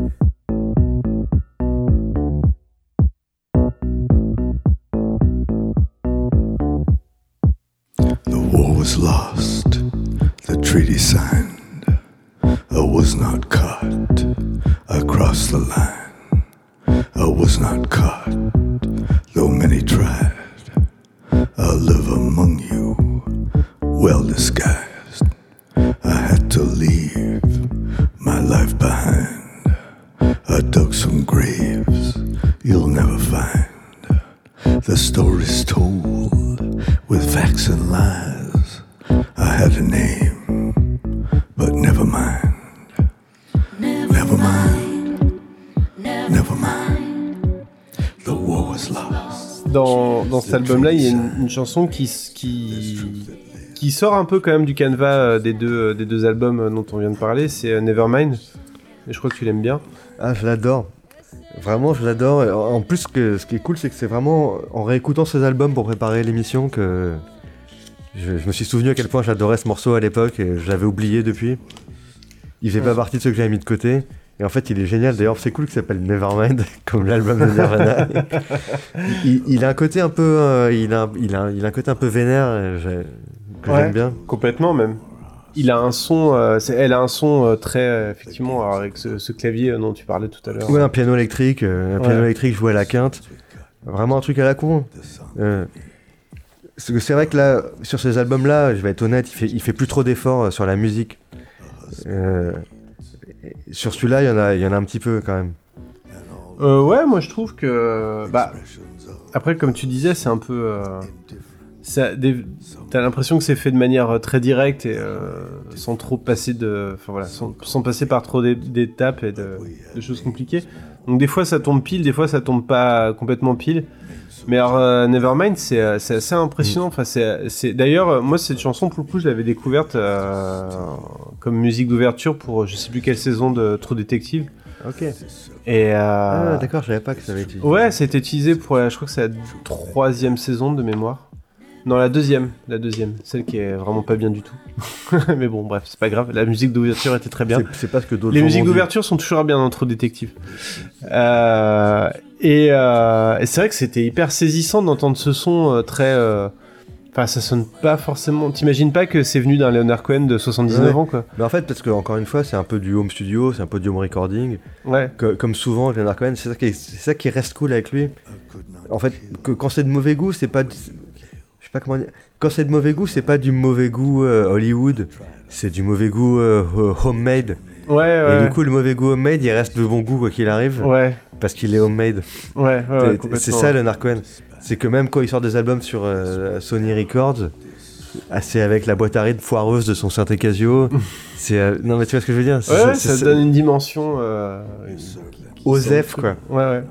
Was lost, the treaty signed. I was not caught across the line. I was not caught. The though many tried. I'll live among you, well disguised. I had to leave my life behind. I dug some graves you'll never find. The story's told with facts and lies. I had a name, but never mind. Never mind. Never mind. The war was lost. Dans cet album-là, il y a une chanson qui sort un peu quand même du canevas des deux albums dont on vient de parler, c'est Nevermind. Et je crois que tu l'aimes bien. Ah, je l'adore. Vraiment, je l'adore. En plus, ce qui est cool, c'est que c'est vraiment en réécoutant ces albums pour préparer l'émission que je me suis souvenu à quel point j'adorais ce morceau à l'époque et je l'avais oublié depuis. Il fait pas partie de ceux que j'avais mis de côté. Et en fait, il est génial. D'ailleurs, c'est cool qu'il s'appelle Nevermind, comme l'album de Nirvana. il a un côté un peu, il a un côté un peu vénère que j'aime bien. Complètement même. Il a un son, elle a un son très effectivement alors avec ce clavier dont tu parlais tout à l'heure. Ouais, un piano électrique, piano électrique joué à la quinte. Vraiment un truc à la con. C'est vrai que là, sur ces albums-là, je vais être honnête, il fait plus trop d'efforts sur la musique. Sur celui-là, il y en a un petit peu quand même. Ouais, moi je trouve que après comme tu disais, c'est un peu t'as l'impression que c'est fait de manière très directe et sans trop passer sans passer par trop d'étapes et de choses compliquées. Donc des fois ça tombe pile, des fois ça tombe pas complètement pile. Mais alors Nevermind c'est assez impressionnant. Enfin c'est d'ailleurs moi cette chanson pour le coup je l'avais découverte comme musique d'ouverture pour je sais plus quelle saison de True Detective. Ok. Et d'accord, je savais pas que ça avait été utilisé. Ouais, ça a été utilisé pour je crois que c'est la 3e saison de mémoire. Non, la deuxième, celle qui est vraiment pas bien du tout. Mais bon, bref, c'est pas grave. La musique d'ouverture était très bien. C'est pas ce que d'autres. Les musiques d'ouverture sont toujours bien dans True Detective. Et c'est vrai que c'était hyper saisissant d'entendre ce son très. Enfin, ça sonne pas forcément. T'imagines pas que c'est venu d'un Leonard Cohen de 79 ans, quoi. Mais en fait, parce que encore une fois, c'est un peu du home studio, c'est un peu du home recording. Ouais. Comme souvent, Leonard Cohen, c'est ça qui reste cool avec lui. En fait, quand c'est de mauvais goût, c'est pas. Je sais pas comment dire. Quand c'est de mauvais goût, c'est pas du mauvais goût Hollywood, c'est du mauvais goût homemade. Ouais. Et du coup, le mauvais goût homemade, il reste de bon goût quoi qu'il arrive. Ouais. Parce qu'il est homemade. Ouais, c'est ça, Leonard Cohen. C'est que même quand il sort des albums sur Sony Records, c'est avec la boîte à rythme foireuse de son synthé Casio. Non, mais tu vois ce que je veux dire. Ça donne une dimension. Osef, quoi. Ouais.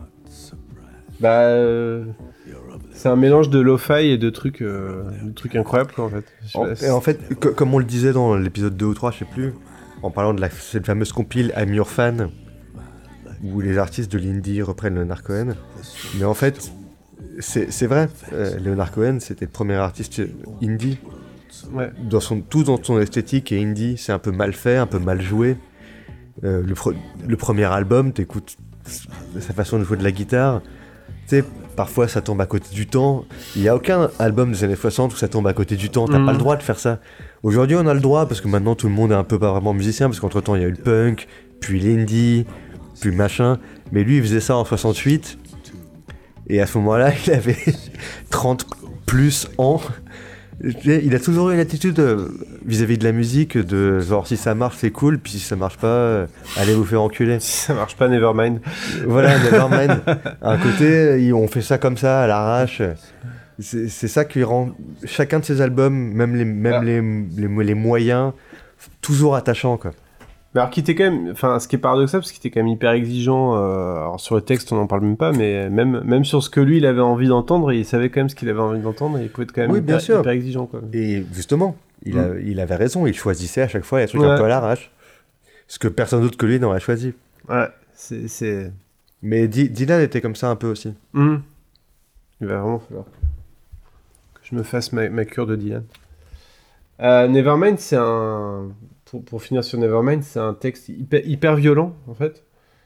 C'est un mélange de lo-fi et de trucs incroyables, quoi, en fait. Et en fait, comme on le disait dans l'épisode 2 ou 3, je sais plus, en parlant de cette fameuse compile I'm Your Fan, où les artistes de l'indie reprennent Leonard Cohen. Mais en fait, c'est vrai, Leonard Cohen, c'était le premier artiste indie. Ouais. Tout dans son esthétique et indie, c'est un peu mal fait, un peu mal joué. Le premier album, t'écoutes sa façon de jouer de la guitare. Tu sais, parfois ça tombe à côté du temps. Il n'y a aucun album des années 60 où ça tombe à côté du temps. T'as pas le droit de faire ça. Aujourd'hui, on a le droit parce que maintenant tout le monde est un peu pas vraiment musicien. Parce qu'entre temps, il y a eu le punk, puis l'indie, puis machin. Mais lui, il faisait ça en 68. Et à ce moment-là, il avait 30 plus ans. Il a toujours eu une attitude vis-à-vis de la musique de genre si ça marche c'est cool, puis si ça marche pas, allez vous faire enculer. Si ça marche pas, Nevermind. Voilà, Nevermind. À un côté, on fait ça comme ça à l'arrache. C'est ça qui rend chacun de ses albums, même les moyens, toujours attachants, quoi. Mais alors qui était quand même, enfin ce qui est paradoxal parce qu'il était quand même hyper exigeant. Alors sur le texte on n'en parle même pas, mais même sur ce que lui il avait envie d'entendre, il savait quand même ce qu'il avait envie d'entendre et il pouvait être quand même hyper exigeant, quoi. Et justement, il avait raison, il choisissait à chaque fois les trucs un peu à l'arrache, ce que personne d'autre que lui n'aurait choisi. Ouais, c'est. Mais Dylan était comme ça un peu aussi. Il va vraiment falloir que je me fasse ma cure de Dylan. Nevermind, c'est un. Pour finir sur Nevermind, c'est un texte hyper violent, en fait.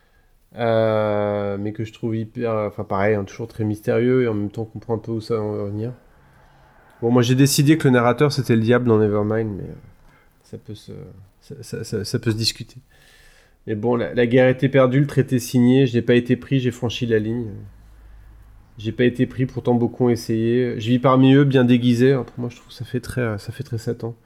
Mais que je trouve hyper... Enfin, pareil, toujours très mystérieux, et en même temps, on comprend un peu où ça va venir. Bon, moi, j'ai décidé que le narrateur, c'était le diable dans Nevermind, mais ça peut se discuter. Mais bon, la guerre était perdue, le traité signé, je n'ai pas été pris, j'ai franchi la ligne. J'ai pas été pris, pourtant beaucoup ont essayé. Je vis parmi eux, bien déguisé. Pour moi, je trouve que ça fait très Satan.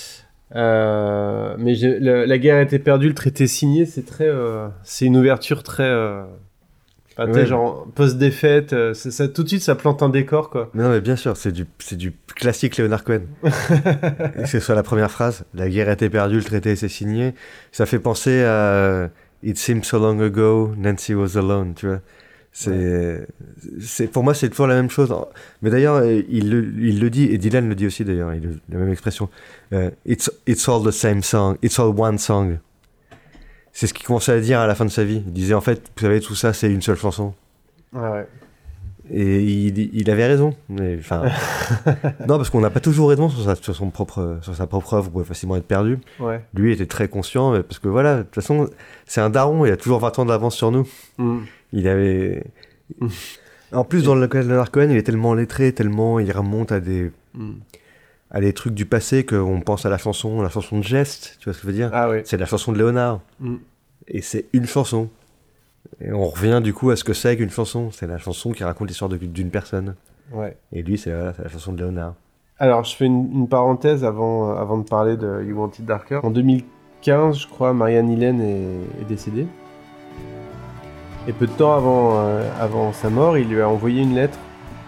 Mais la guerre était perdue, le traité signé, c'est une ouverture très... Ouais. genre post-défaite, ça, tout de suite ça plante un décor quoi. Non mais bien sûr, c'est du classique Leonard Cohen. Et c'est sur la première phrase, la guerre a été perdue, le traité s'est signé. Ça fait penser à It seemed so long ago, Nancy was alone, tu vois. Pour moi c'est toujours la même chose. Mais d'ailleurs il le dit, et Dylan le dit aussi d'ailleurs, la même expression. It's all the same song, it's all one song. C'est ce qu'il commençait à dire à la fin de sa vie. Il disait en fait, vous savez, tout ça c'est une seule chanson. Ah ouais. Et il avait raison. Enfin, non, parce qu'on n'a pas toujours raison sur sa propre œuvre, on pouvait facilement être perdu. Ouais. Lui était très conscient, mais parce que voilà, de toute façon, c'est un daron, il a toujours 20 ans d'avance sur nous. Il avait... En plus, dans le cas de Leonard Cohen, il est tellement lettré, tellement il remonte à des trucs du passé qu'on pense à la chanson de geste, tu vois ce que je veux dire? Ah oui. C'est la chanson de Léonard. Et c'est une chanson. Et on revient du coup à ce que c'est qu'une chanson. C'est la chanson qui raconte l'histoire d'une personne. Ouais. Et lui, c'est la chanson de Léonard. Alors, je fais une parenthèse avant de parler de You Want It Darker. En 2015, je crois, Marianne Hillen est décédée. Et peu de temps avant sa mort, il lui a envoyé une lettre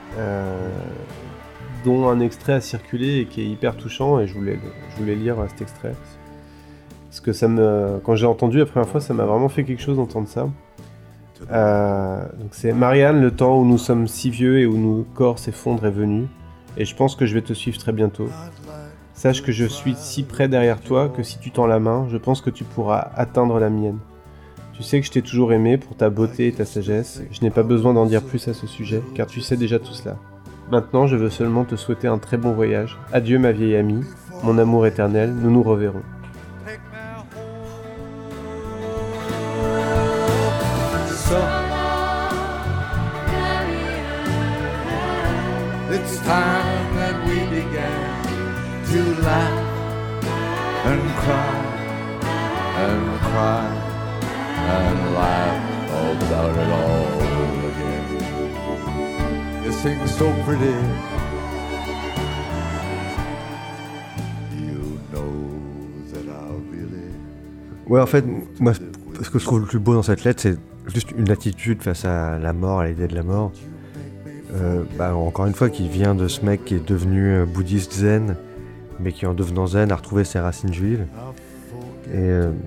dont un extrait a circulé et qui est hyper touchant, et je voulais lire cet extrait. Parce que quand j'ai entendu la première fois, ça m'a vraiment fait quelque chose d'entendre ça. Donc c'est Marianne, le temps où nous sommes si vieux et où nos corps s'effondrent est venu, et je pense que je vais te suivre très bientôt. Sache que je suis si près derrière toi que si tu tends la main, je pense que tu pourras atteindre la mienne. Tu sais que je t'ai toujours aimé pour ta beauté et ta sagesse. Je n'ai pas besoin d'en dire plus à ce sujet, car tu sais déjà tout cela. Maintenant, je veux seulement te souhaiter un très bon voyage. Adieu ma vieille amie, mon amour éternel, nous nous reverrons. It's time that we began to laugh and cry and cry and laugh about it all again. You sing so pretty. You know that I really... Ouais, en fait, moi, ce que je trouve le plus beau dans cette lettre, c'est juste une attitude face à la mort, à l'idée de la mort. Encore une fois, qui vient de ce mec qui est devenu bouddhiste zen, mais qui en devenant zen a retrouvé ses racines juives. Et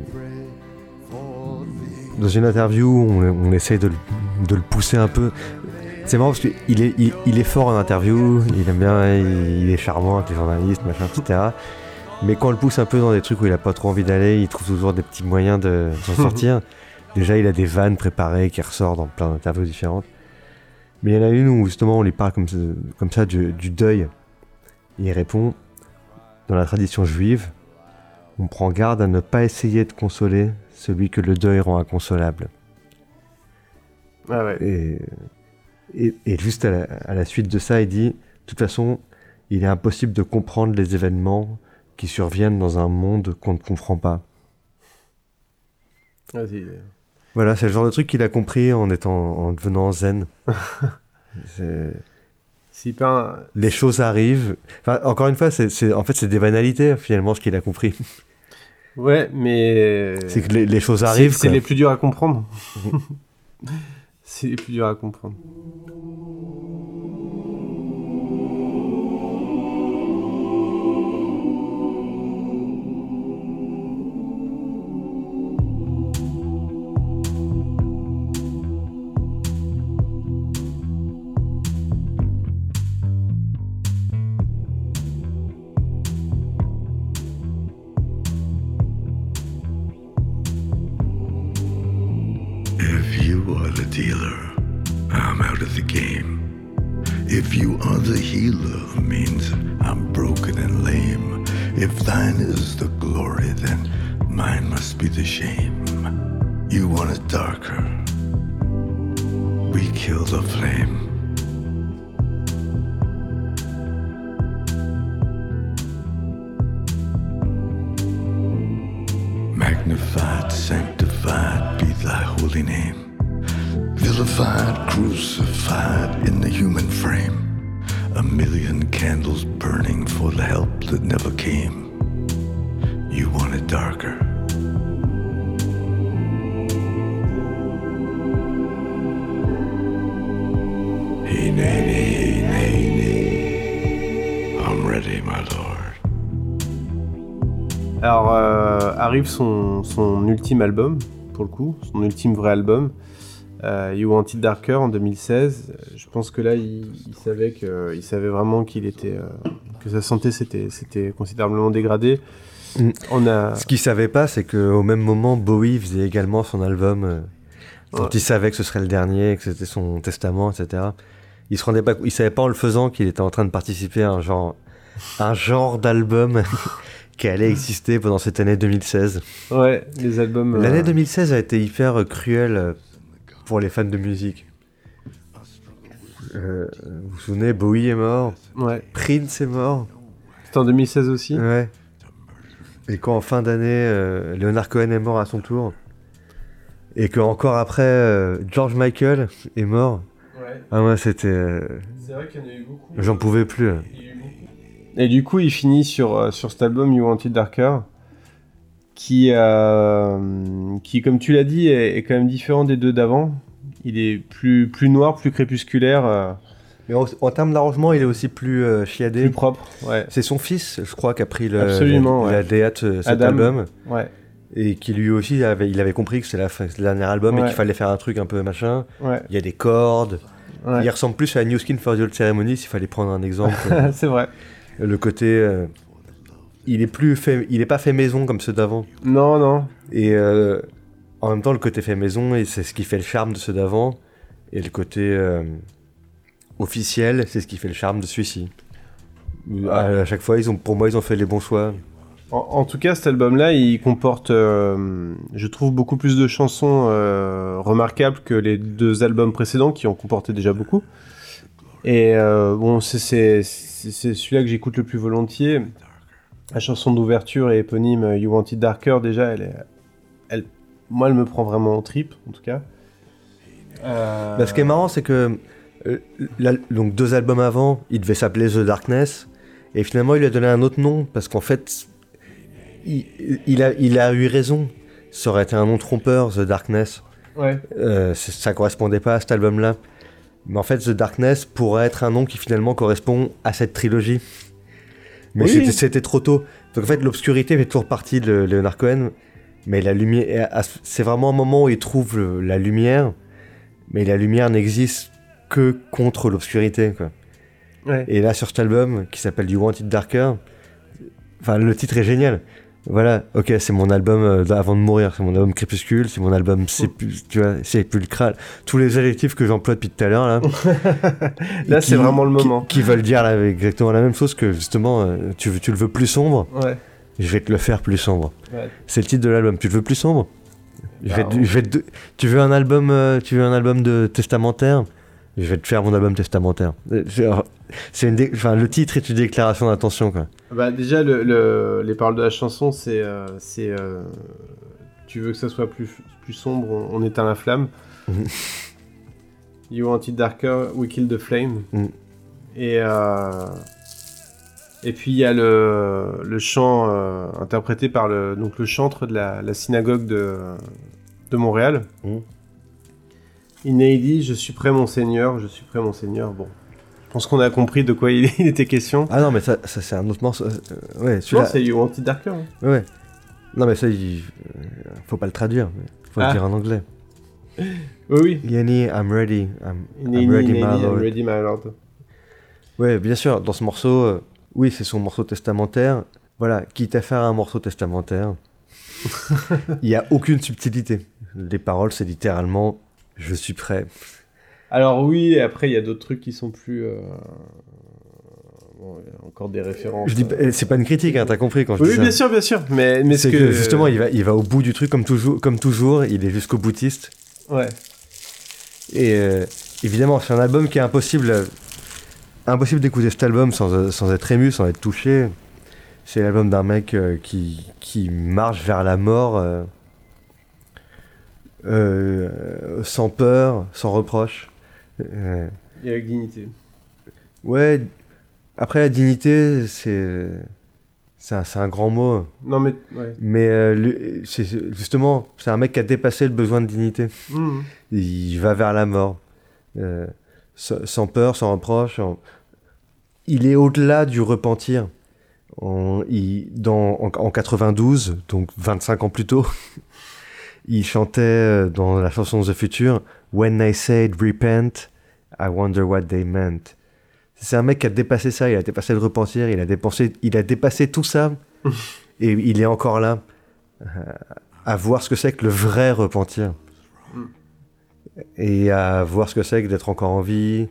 dans une interview, on essaye de le pousser un peu. C'est marrant parce qu'il est fort en interview, il aime bien, il est charmant avec les journalistes, machin, etc. Mais quand on le pousse un peu dans des trucs où il a pas trop envie d'aller, il trouve toujours des petits moyens de s'en sortir. Déjà, il a des vannes préparées qui ressortent dans plein d'interviews différentes. Mais il y en a une où justement on lui parle comme ça du deuil. Il répond, dans la tradition juive, on prend garde à ne pas essayer de consoler celui que le deuil rend inconsolable. Ah ouais. Et juste à la suite de ça, il dit, de toute façon, il est impossible de comprendre les événements qui surviennent dans un monde qu'on ne comprend pas. Vas-y. Voilà, c'est le genre de truc qu'il a compris en devenant zen. C'est hyper... Les choses arrivent. Enfin, encore une fois, c'est des banalités, finalement, ce qu'il a compris. Ouais, mais... C'est que les choses arrivent. C'est les plus durs à comprendre. C'est les plus durs à comprendre. If you are the dealer, I'm out of the game. If you are the healer, means I'm broken and lame. If thine is the glory, then mine must be the shame. You want it darker, we kill the flame. Magnified, sanctified be thy holy name. The vilified, crucified in the human frame. A million candles burning for the help that never came. You want it darker. Hey, nay, nay, I'm ready, my lord. Alors, arrive son ultime album, pour le coup, son ultime vrai album, You Want It Darker en 2016. Je pense que là, il savait vraiment que sa santé s'était considérablement dégradée. Ce qu'il savait pas, c'est qu'au même moment, Bowie faisait également son album dont il savait que ce serait le dernier, que c'était son testament, etc. Il savait pas en le faisant qu'il était en train de participer à un genre d'album qui allait exister pendant cette année 2016. Ouais, les albums... L'année 2016 a été hyper cruelle pour les fans de musique. Vous vous souvenez, Bowie est mort, ouais. Prince est mort. C'était en 2016 aussi. Ouais. Et quand en fin d'année, Leonard Cohen est mort à son tour, et qu'encore après, George Michael est mort. Ouais. Ah ouais, c'était... C'est vrai qu'il y en a eu beaucoup. J'en pouvais plus. Et du coup, il finit sur cet album You Want It Darker, qui comme tu l'as dit, est quand même différent des deux d'avant. Il est plus noir, plus crépusculaire. Mais en termes d'arrangement, il est aussi plus chiadé. Plus propre, ouais. C'est son fils, je crois, qui a pris la DA de cet album. Ouais. Et qui lui aussi, il avait compris que c'est le dernier album et qu'il fallait faire un truc un peu machin. Ouais. Il y a des cordes. Ouais. Il ressemble plus à New Skin for the Old Ceremony, s'il fallait prendre un exemple. C'est vrai. Le côté... il est pas fait maison comme ceux d'avant. Non. Et en même temps, le côté fait maison, et c'est ce qui fait le charme de ceux d'avant. Et le côté officiel, c'est ce qui fait le charme de celui-ci. À chaque fois, pour moi, ils ont fait les bons choix. En tout cas, cet album-là, il comporte, je trouve, beaucoup plus de chansons remarquables que les deux albums précédents, qui en comportaient déjà beaucoup. Et bon, c'est celui-là que j'écoute le plus volontiers. La chanson d'ouverture et éponyme You Want It Darker, déjà, moi, elle me prend vraiment en trip, en tout cas. Ce qui est marrant, c'est que donc 2 albums avant, il devait s'appeler The Darkness, et finalement, il lui a donné un autre nom, parce qu'en fait, il a eu raison. Ça aurait été un nom trompeur, The Darkness. Ouais. Ça correspondait pas à cet album-là. Mais en fait, The Darkness pourrait être un nom qui finalement correspond à cette trilogie. Mais oui. C'était trop tôt. Donc en fait, l'obscurité fait toujours partie de Leonard Cohen. Mais la lumière, c'est vraiment un moment où il trouve la lumière. Mais la lumière n'existe que contre l'obscurité, quoi. Ouais. Et là, sur cet album, qui s'appelle You Want It Darker, enfin, le titre est génial. Voilà, ok, c'est mon album avant de mourir, c'est mon album crépuscule, c'est mon album sépulcral. Tous les adjectifs que j'emploie depuis tout à l'heure, là. Là, c'est vraiment le moment. Qui veulent dire là, exactement la même chose que, justement, tu le veux plus sombre. Ouais. Je vais te le faire plus sombre. Ouais. C'est le titre de l'album. Tu le veux plus sombre ? Bah, tu veux un album de testamentaire ? Je vais te faire mon album testamentaire. Le titre est une déclaration d'intention, quoi. Bah, déjà, les paroles de la chanson, c'est tu veux que ça soit plus sombre, on éteint la flamme. You Want It Darker, we kill the flame. Et puis il y a le chant interprété par le chantre de la synagogue de Montréal. Inédit, je suis prêt mon Seigneur, je suis prêt mon Seigneur. Bon, je pense qu'on a compris de quoi il était question. Ah non, mais ça c'est un autre morceau. Ouais, non, c'est You Want It Darker. Hein. Ouais. Non, mais ça, faut pas le traduire. Faut le dire en anglais. Oui. Yanni, I'm ready. I'm ready, my lord. I'm ready, my lord. Ouais, bien sûr, dans ce morceau, oui, c'est son morceau testamentaire. Voilà, quitte à faire un morceau testamentaire, il n'y a aucune subtilité. Les paroles, c'est littéralement « je suis prêt ». Alors oui, après, il y a d'autres trucs qui sont plus... Bon, il y a encore des références. Je dis, c'est pas une critique, hein, t'as compris quand je dis ça. Oui, bien sûr. Mais c'est que justement, il va au bout du truc comme toujours, il est jusqu'au boutiste. Ouais. Et évidemment, c'est un album qui est impossible d'écouter cet album sans être ému, sans être touché. C'est l'album d'un mec qui marche vers la mort sans peur, sans reproche. Et avec dignité. Ouais, après la dignité, c'est un grand mot. Non, mais. Ouais. Mais justement, c'est un mec qui a dépassé le besoin de dignité. Il va vers la mort. Sans peur, sans reproche. Il est au-delà du repentir. En 92, donc 25 ans plus tôt, il chantait dans la chanson The Future « When I said repent, I wonder what they meant ». C'est un mec qui a dépassé ça, il a dépassé le repentir, il a dépassé tout ça, et il est encore là, à voir ce que c'est que le vrai repentir, et à voir ce que c'est que d'être encore en vie,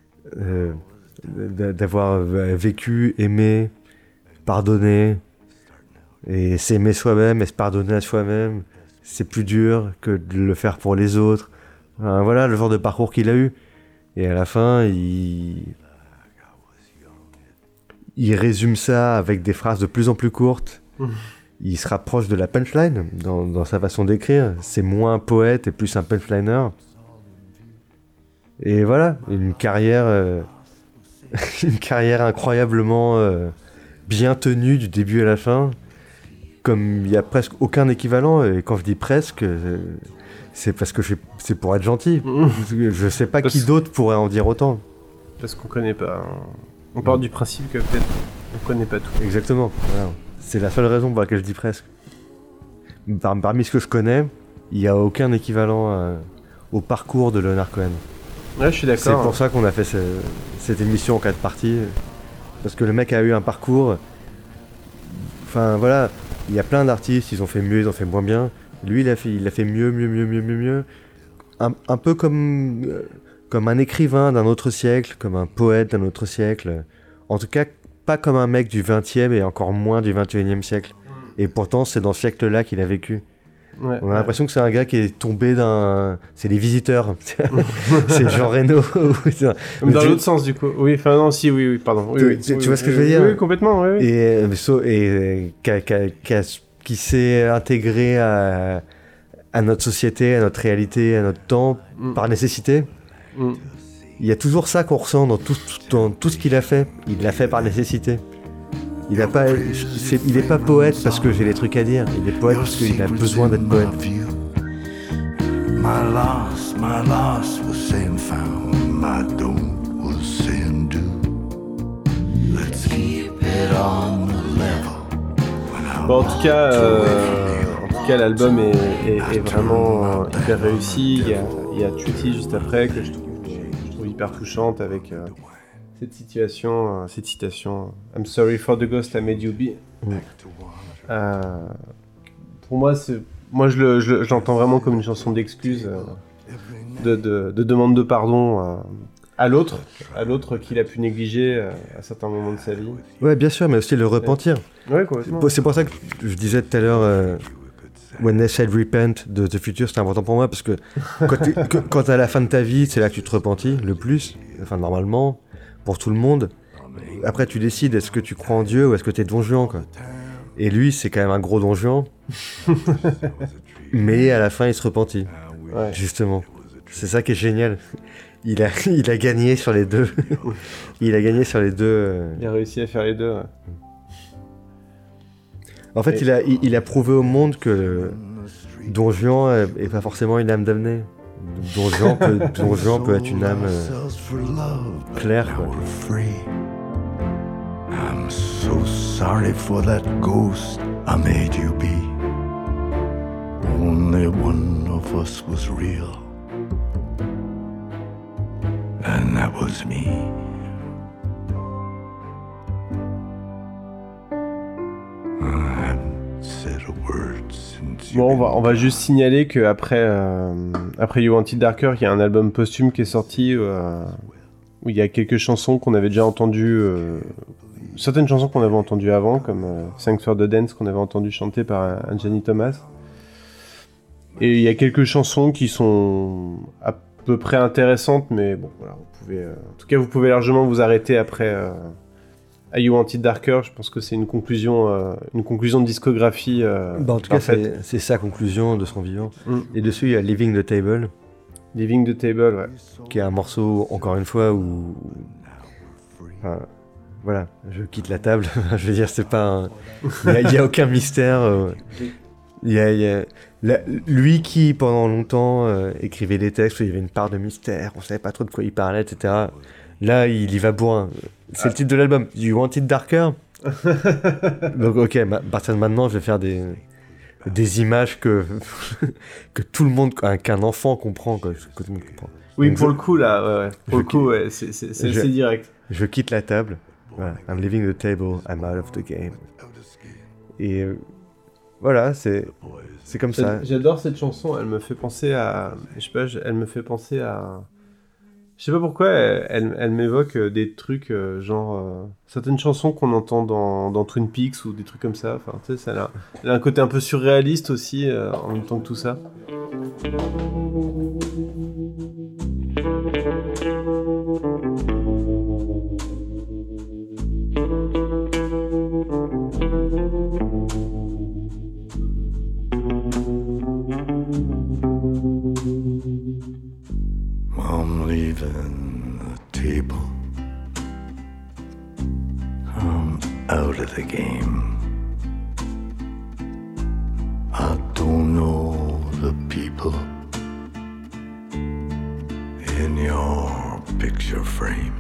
d'avoir vécu, aimé, pardonné, et s'aimer soi-même et se pardonner à soi-même, c'est plus dur que de le faire pour les autres. Enfin, voilà le genre de parcours qu'il a eu. Et à la fin, il résume ça avec des phrases de plus en plus courtes. Il se rapproche de la punchline dans sa façon d'écrire. C'est moins un poète et plus un punchliner. Et voilà, une carrière incroyablement bien tenue du début à la fin. Comme il n'y a presque aucun équivalent. Et quand je dis presque, c'est parce que c'est pour être gentil. Je sais pas qui d'autre pourrait en dire autant. Parce qu'on connaît pas. On part du principe que peut-être on connaît pas tout. Exactement. Voilà. C'est la seule raison pour laquelle je dis presque. Parmi ce que je connais, il n'y a aucun équivalent au parcours de Leonard Cohen. Ouais, je suis d'accord. C'est pour ça qu'on a fait cette émission en 4 parties. Parce que le mec a eu un parcours. Enfin voilà, il y a plein d'artistes, ils ont fait mieux, ils ont fait moins bien. Lui, il a fait mieux. Un peu comme un écrivain d'un autre siècle, comme un poète d'un autre siècle. En tout cas, pas comme un mec du 20e et encore moins du 21e siècle. Et pourtant, c'est dans ce siècle-là qu'il a vécu. Ouais, on a l'impression que c'est un gars qui est tombé d'un... C'est les Visiteurs. C'est Jean Reno. Dans l'autre sens, du coup. Oui, enfin non, si, oui, pardon. Oui, tu vois ce que je veux dire ? Oui, complètement, oui. Et qui s'est intégré à notre société, à notre réalité, à notre temps, par nécessité. Il y a toujours ça qu'on ressent dans tout ce qu'il a fait. Il l'a fait par nécessité. Il est pas poète parce que j'ai des trucs à dire. Il est poète parce qu'il a besoin d'être poète. My loss was saying found. My don't was saying do. Let's keep it on the level. Bon, en tout cas, l'album est vraiment hyper réussi. Il y a Treaty juste après que je trouve hyper touchante avec cette citation I'm sorry for the ghost I made you be. Pour moi, je l'entends vraiment comme une chanson d'excuse, de demande de pardon à l'autre qu'il a pu négliger à certains moments de sa vie. Ouais, bien sûr, mais aussi le repentir. Ouais, complètement. C'est pour ça que je disais tout à l'heure When they said repent de The Future, c'était important pour moi parce que quand à la fin de ta vie, c'est là que tu te repentis le plus, enfin normalement, pour tout le monde. Après, tu décides, est-ce que tu crois en Dieu ou est-ce que t'es Don Juan, quoi. Et lui, c'est quand même un gros Don Juan. Mais à la fin, il se repentit. Ouais. Justement. C'est ça qui est génial. Il a gagné sur les deux. Il a gagné sur les deux. Il a réussi à faire les deux. Ouais. En fait, il a prouvé au monde que Don Juan est pas forcément une âme damnée. Don Juan peut être une âme claire, quoi. I'm so sorry for that ghost I made you be. Only one of us was real, and that was me. I haven't said a word since. Bon, on va juste signaler que après You Want It Darker, il y a un album posthume qui est sorti où il y a quelques chansons qu'on avait déjà entendues. Certaines chansons qu'on avait entendues avant, comme Thanks for the Dance qu'on avait entendu chanter par Anjani Thomas. Et il y a quelques chansons qui sont à peu près intéressantes, mais bon, voilà, en tout cas, vous pouvez largement vous arrêter après Are You Want It Darker, je pense que c'est une conclusion de discographie. En tout cas, c'est sa conclusion de son vivant. Et dessus, il y a Leaving the Table. Leaving the Table, ouais. Qui est un morceau, encore une fois, où... Enfin, voilà, je quitte la table. Je veux dire, c'est pas il y a aucun mystère. Lui qui, pendant longtemps, écrivait des textes où il y avait une part de mystère, on savait pas trop de quoi il parlait, etc. Là, il y va bourrin. C'est le titre de l'album. You Want It Darker. Donc, ok, à partir de maintenant, je vais faire des images que tout le monde, qu'un enfant comprend, que tout le monde comprend. Oui, donc, pour le coup, là, ouais. Pour le coup, ouais, c'est assez direct. Je quitte la table. Voilà. I'm leaving the table, I'm out of the game. Et voilà, c'est comme ça. J'adore cette chanson, elle me fait penser à... Je sais pas, elle me fait penser à... Je sais pas pourquoi, elle m'évoque des trucs genre... certaines chansons qu'on entend dans Twin Peaks ou des trucs comme ça. Enfin, tu sais, elle a un côté un peu surréaliste aussi, en même temps que tout ça. I'm leaving the table. I'm out of the game. I don't know the people in your picture frame.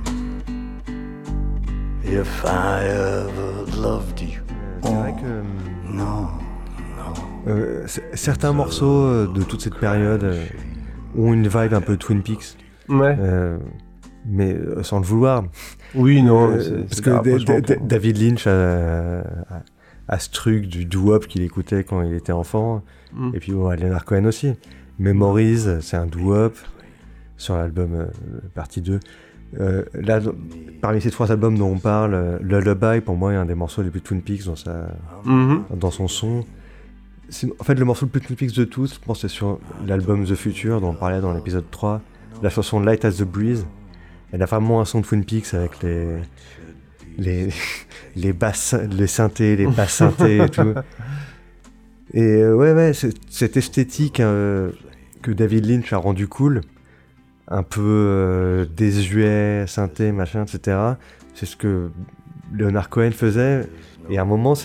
If I ever loved you. C'est vrai que No. certains morceaux de toute cette période ont une vibe un peu Twin Peaks. Ouais. Mais sans le vouloir. Oui, non. Parce que David Lynch a ce truc du doo-wop qu'il écoutait quand il était enfant. Et puis Leonard Cohen aussi. Memories, c'est un doo-wop sur l'album partie 2. Là, parmi ces 3 albums dont on parle, Lullaby, pour moi, est un des morceaux les plus Twin Peaks dans son son. En fait, le morceau le plus Twin Peaks de tous, je pense, c'est sur l'album The Future, dont on parlait dans l'épisode 3. La chanson Light as the Breeze. Elle a vraiment un son de Twin Peaks avec les basses, les synthés, les basses synthés et tout. Et ouais, cette esthétique que David Lynch a rendu cool, un peu désuet, synthé, machin, etc. C'est ce que Leonard Cohen faisait. Et à un moment,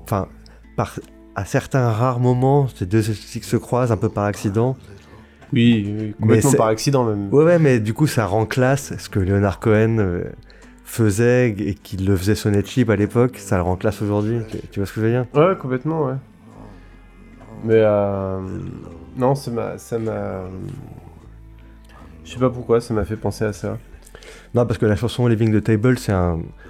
à certains rares moments, ces deux esthétiques se croisent un peu par accident. Oui, complètement par accident même. Ouais, mais du coup, ça rend classe ce que Leonard Cohen faisait et qu'il le faisait sonner cheap à l'époque, ça le rend classe aujourd'hui. Tu vois ce que je veux dire ? Ouais, complètement, ouais. Mais non, ça m'a... Je sais pas pourquoi, ça m'a fait penser à ça. Non, parce que la chanson Leaving the Table, c'est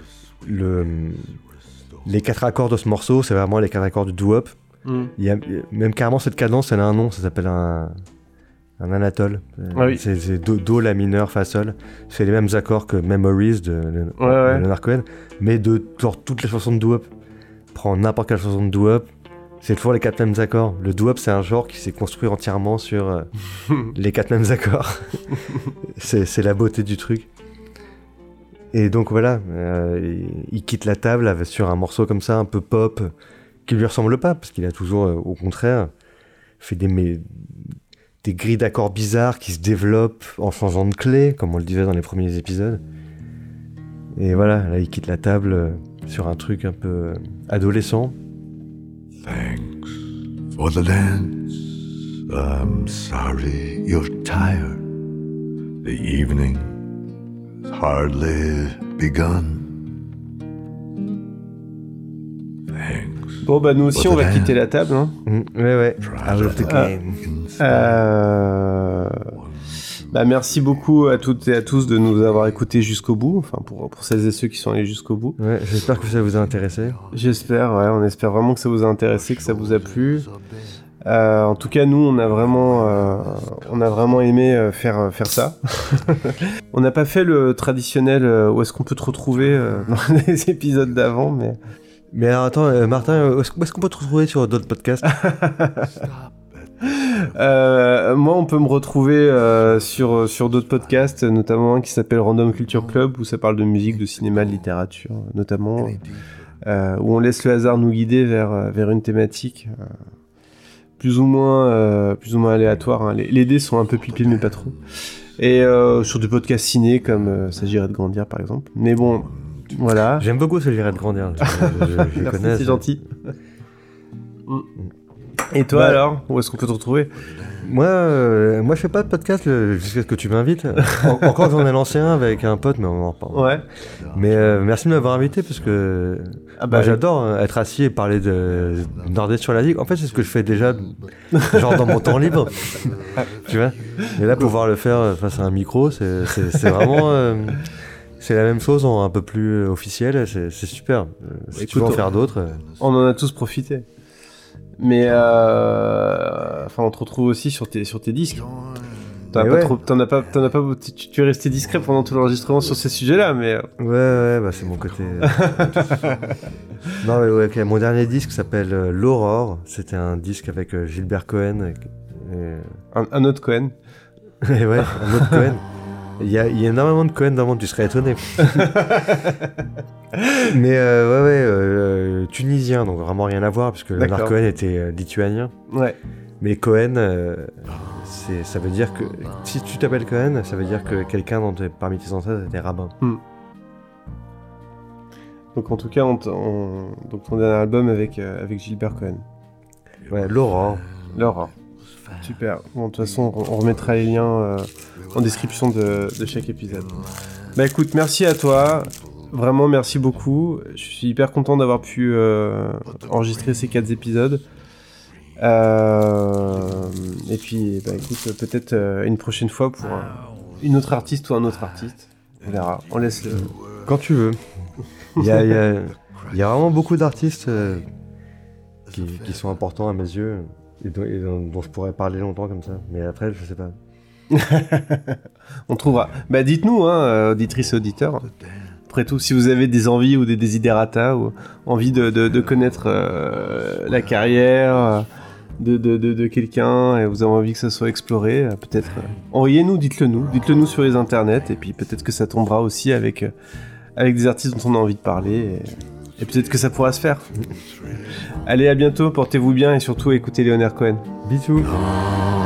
les 4 accords de ce morceau, c'est vraiment les 4 accords du doo-wop. Il y a même carrément cette cadence, elle a un nom, ça s'appelle un anatole. Oui. C'est do, la mineur, fa, sol. C'est les mêmes accords que Memories de Leonard Cohen, mais de genre, toutes les chansons de doo-wop. Prends n'importe quelle chanson de doo-wop, c'est toujours les 4 mêmes accords. Le doo-wop, c'est un genre qui s'est construit entièrement sur les 4 mêmes accords. c'est la beauté du truc. Et donc voilà, il quitte la table sur un morceau comme ça, un peu pop, qui lui ressemble pas, parce qu'il a toujours, au contraire, fait des grilles d'accords bizarres qui se développent en changeant de clé, comme on le disait dans les premiers épisodes. Et voilà, là il quitte la table sur un truc un peu adolescent. Thanks for the dance. I'm sorry you're tired. The evening's hardly begun. Thanks. Bon, bah nous aussi, on va quitter la table. Hein. Ouais. Out of the game. Bah, merci beaucoup à toutes et à tous de nous avoir écoutés jusqu'au bout. Enfin, pour celles et ceux qui sont allés jusqu'au bout. Ouais, j'espère que ça vous a intéressé. J'espère, ouais. On espère vraiment que ça vous a intéressé, que ça vous a plu. En tout cas, nous, on a vraiment aimé faire ça. On n'a pas fait le traditionnel où est-ce qu'on peut te retrouver dans les épisodes d'avant, mais... Mais alors attends, Martin, où est-ce qu'on peut te retrouver sur d'autres podcasts ? Moi, on peut me retrouver sur d'autres podcasts, notamment un qui s'appelle Random Culture Club, où ça parle de musique, de cinéma, de littérature, notamment, où on laisse le hasard nous guider vers une thématique plus ou moins aléatoire. Hein. Les dés sont un peu pipés, mais pas trop. Et sur des podcasts ciné, comme S'agirait de grandir, par exemple. Mais bon, voilà. J'aime beaucoup S'agirait de grandir. Je Merci, connais. c'est gentil. Et toi alors, où est-ce qu'on peut te retrouver? Moi, je fais pas de podcast jusqu'à ce que tu m'invites. Encore j'en ai lancé un avec un pote, mais on en reparle. Ouais. Mais merci de m'avoir invité parce que moi, j'adore être assis et parler de Nordeste sur la Ligue. En fait, c'est ce que je fais déjà, genre dans mon temps libre. Tu vois. Et là, pouvoir le faire face à un micro, c'est vraiment. C'est la même chose en un peu plus officiel. C'est super. Si tu veux en faire d'autres. On en a tous profité. Mais on te retrouve aussi sur tes disques. Tu es resté discret pendant tout l'enregistrement sur ces sujets-là, mais ouais, c'est mon côté. Non, mais ouais, okay. Mon dernier disque s'appelle L'Aurore. C'était un disque avec Gilbert Cohen. Un autre Cohen. Et ouais, un autre Cohen. Il y a énormément de Cohen dans le monde, tu serais étonné. Mais tunisien, donc vraiment rien à voir, puisque Leonard Cohen était lituanien. Ouais. Mais Cohen, ça veut dire que si tu t'appelles Cohen, ça veut dire que quelqu'un parmi tes ancêtres était rabbin. Donc en tout cas, donc ton dernier album avec Gilbert Cohen. Ouais, L'Aurore. L'Aurore. Super. Bon, de toute façon, on remettra les liens en description de chaque épisode. Bah écoute, merci à toi. Vraiment, merci beaucoup. Je suis hyper content d'avoir pu enregistrer ces 4 épisodes. Et puis, bah écoute, peut-être une prochaine fois pour une autre artiste ou un autre artiste. On verra. On laisse le... Quand tu veux. Il y a vraiment beaucoup d'artistes qui sont importants à mes yeux. Et dont je pourrais parler longtemps comme ça, mais après je sais pas. On trouvera. Bah dites-nous, auditrices et auditeurs. Après tout, si vous avez des envies ou des desiderata ou envie de connaître la carrière de quelqu'un et vous avez envie que ça soit exploré, peut-être envoyez-nous, dites-le nous sur les internets et puis peut-être que ça tombera aussi avec des artistes dont on a envie de parler. Et peut-être que ça pourra se faire. Allez, à bientôt, portez-vous bien et surtout écoutez Leonard Cohen. Bisous.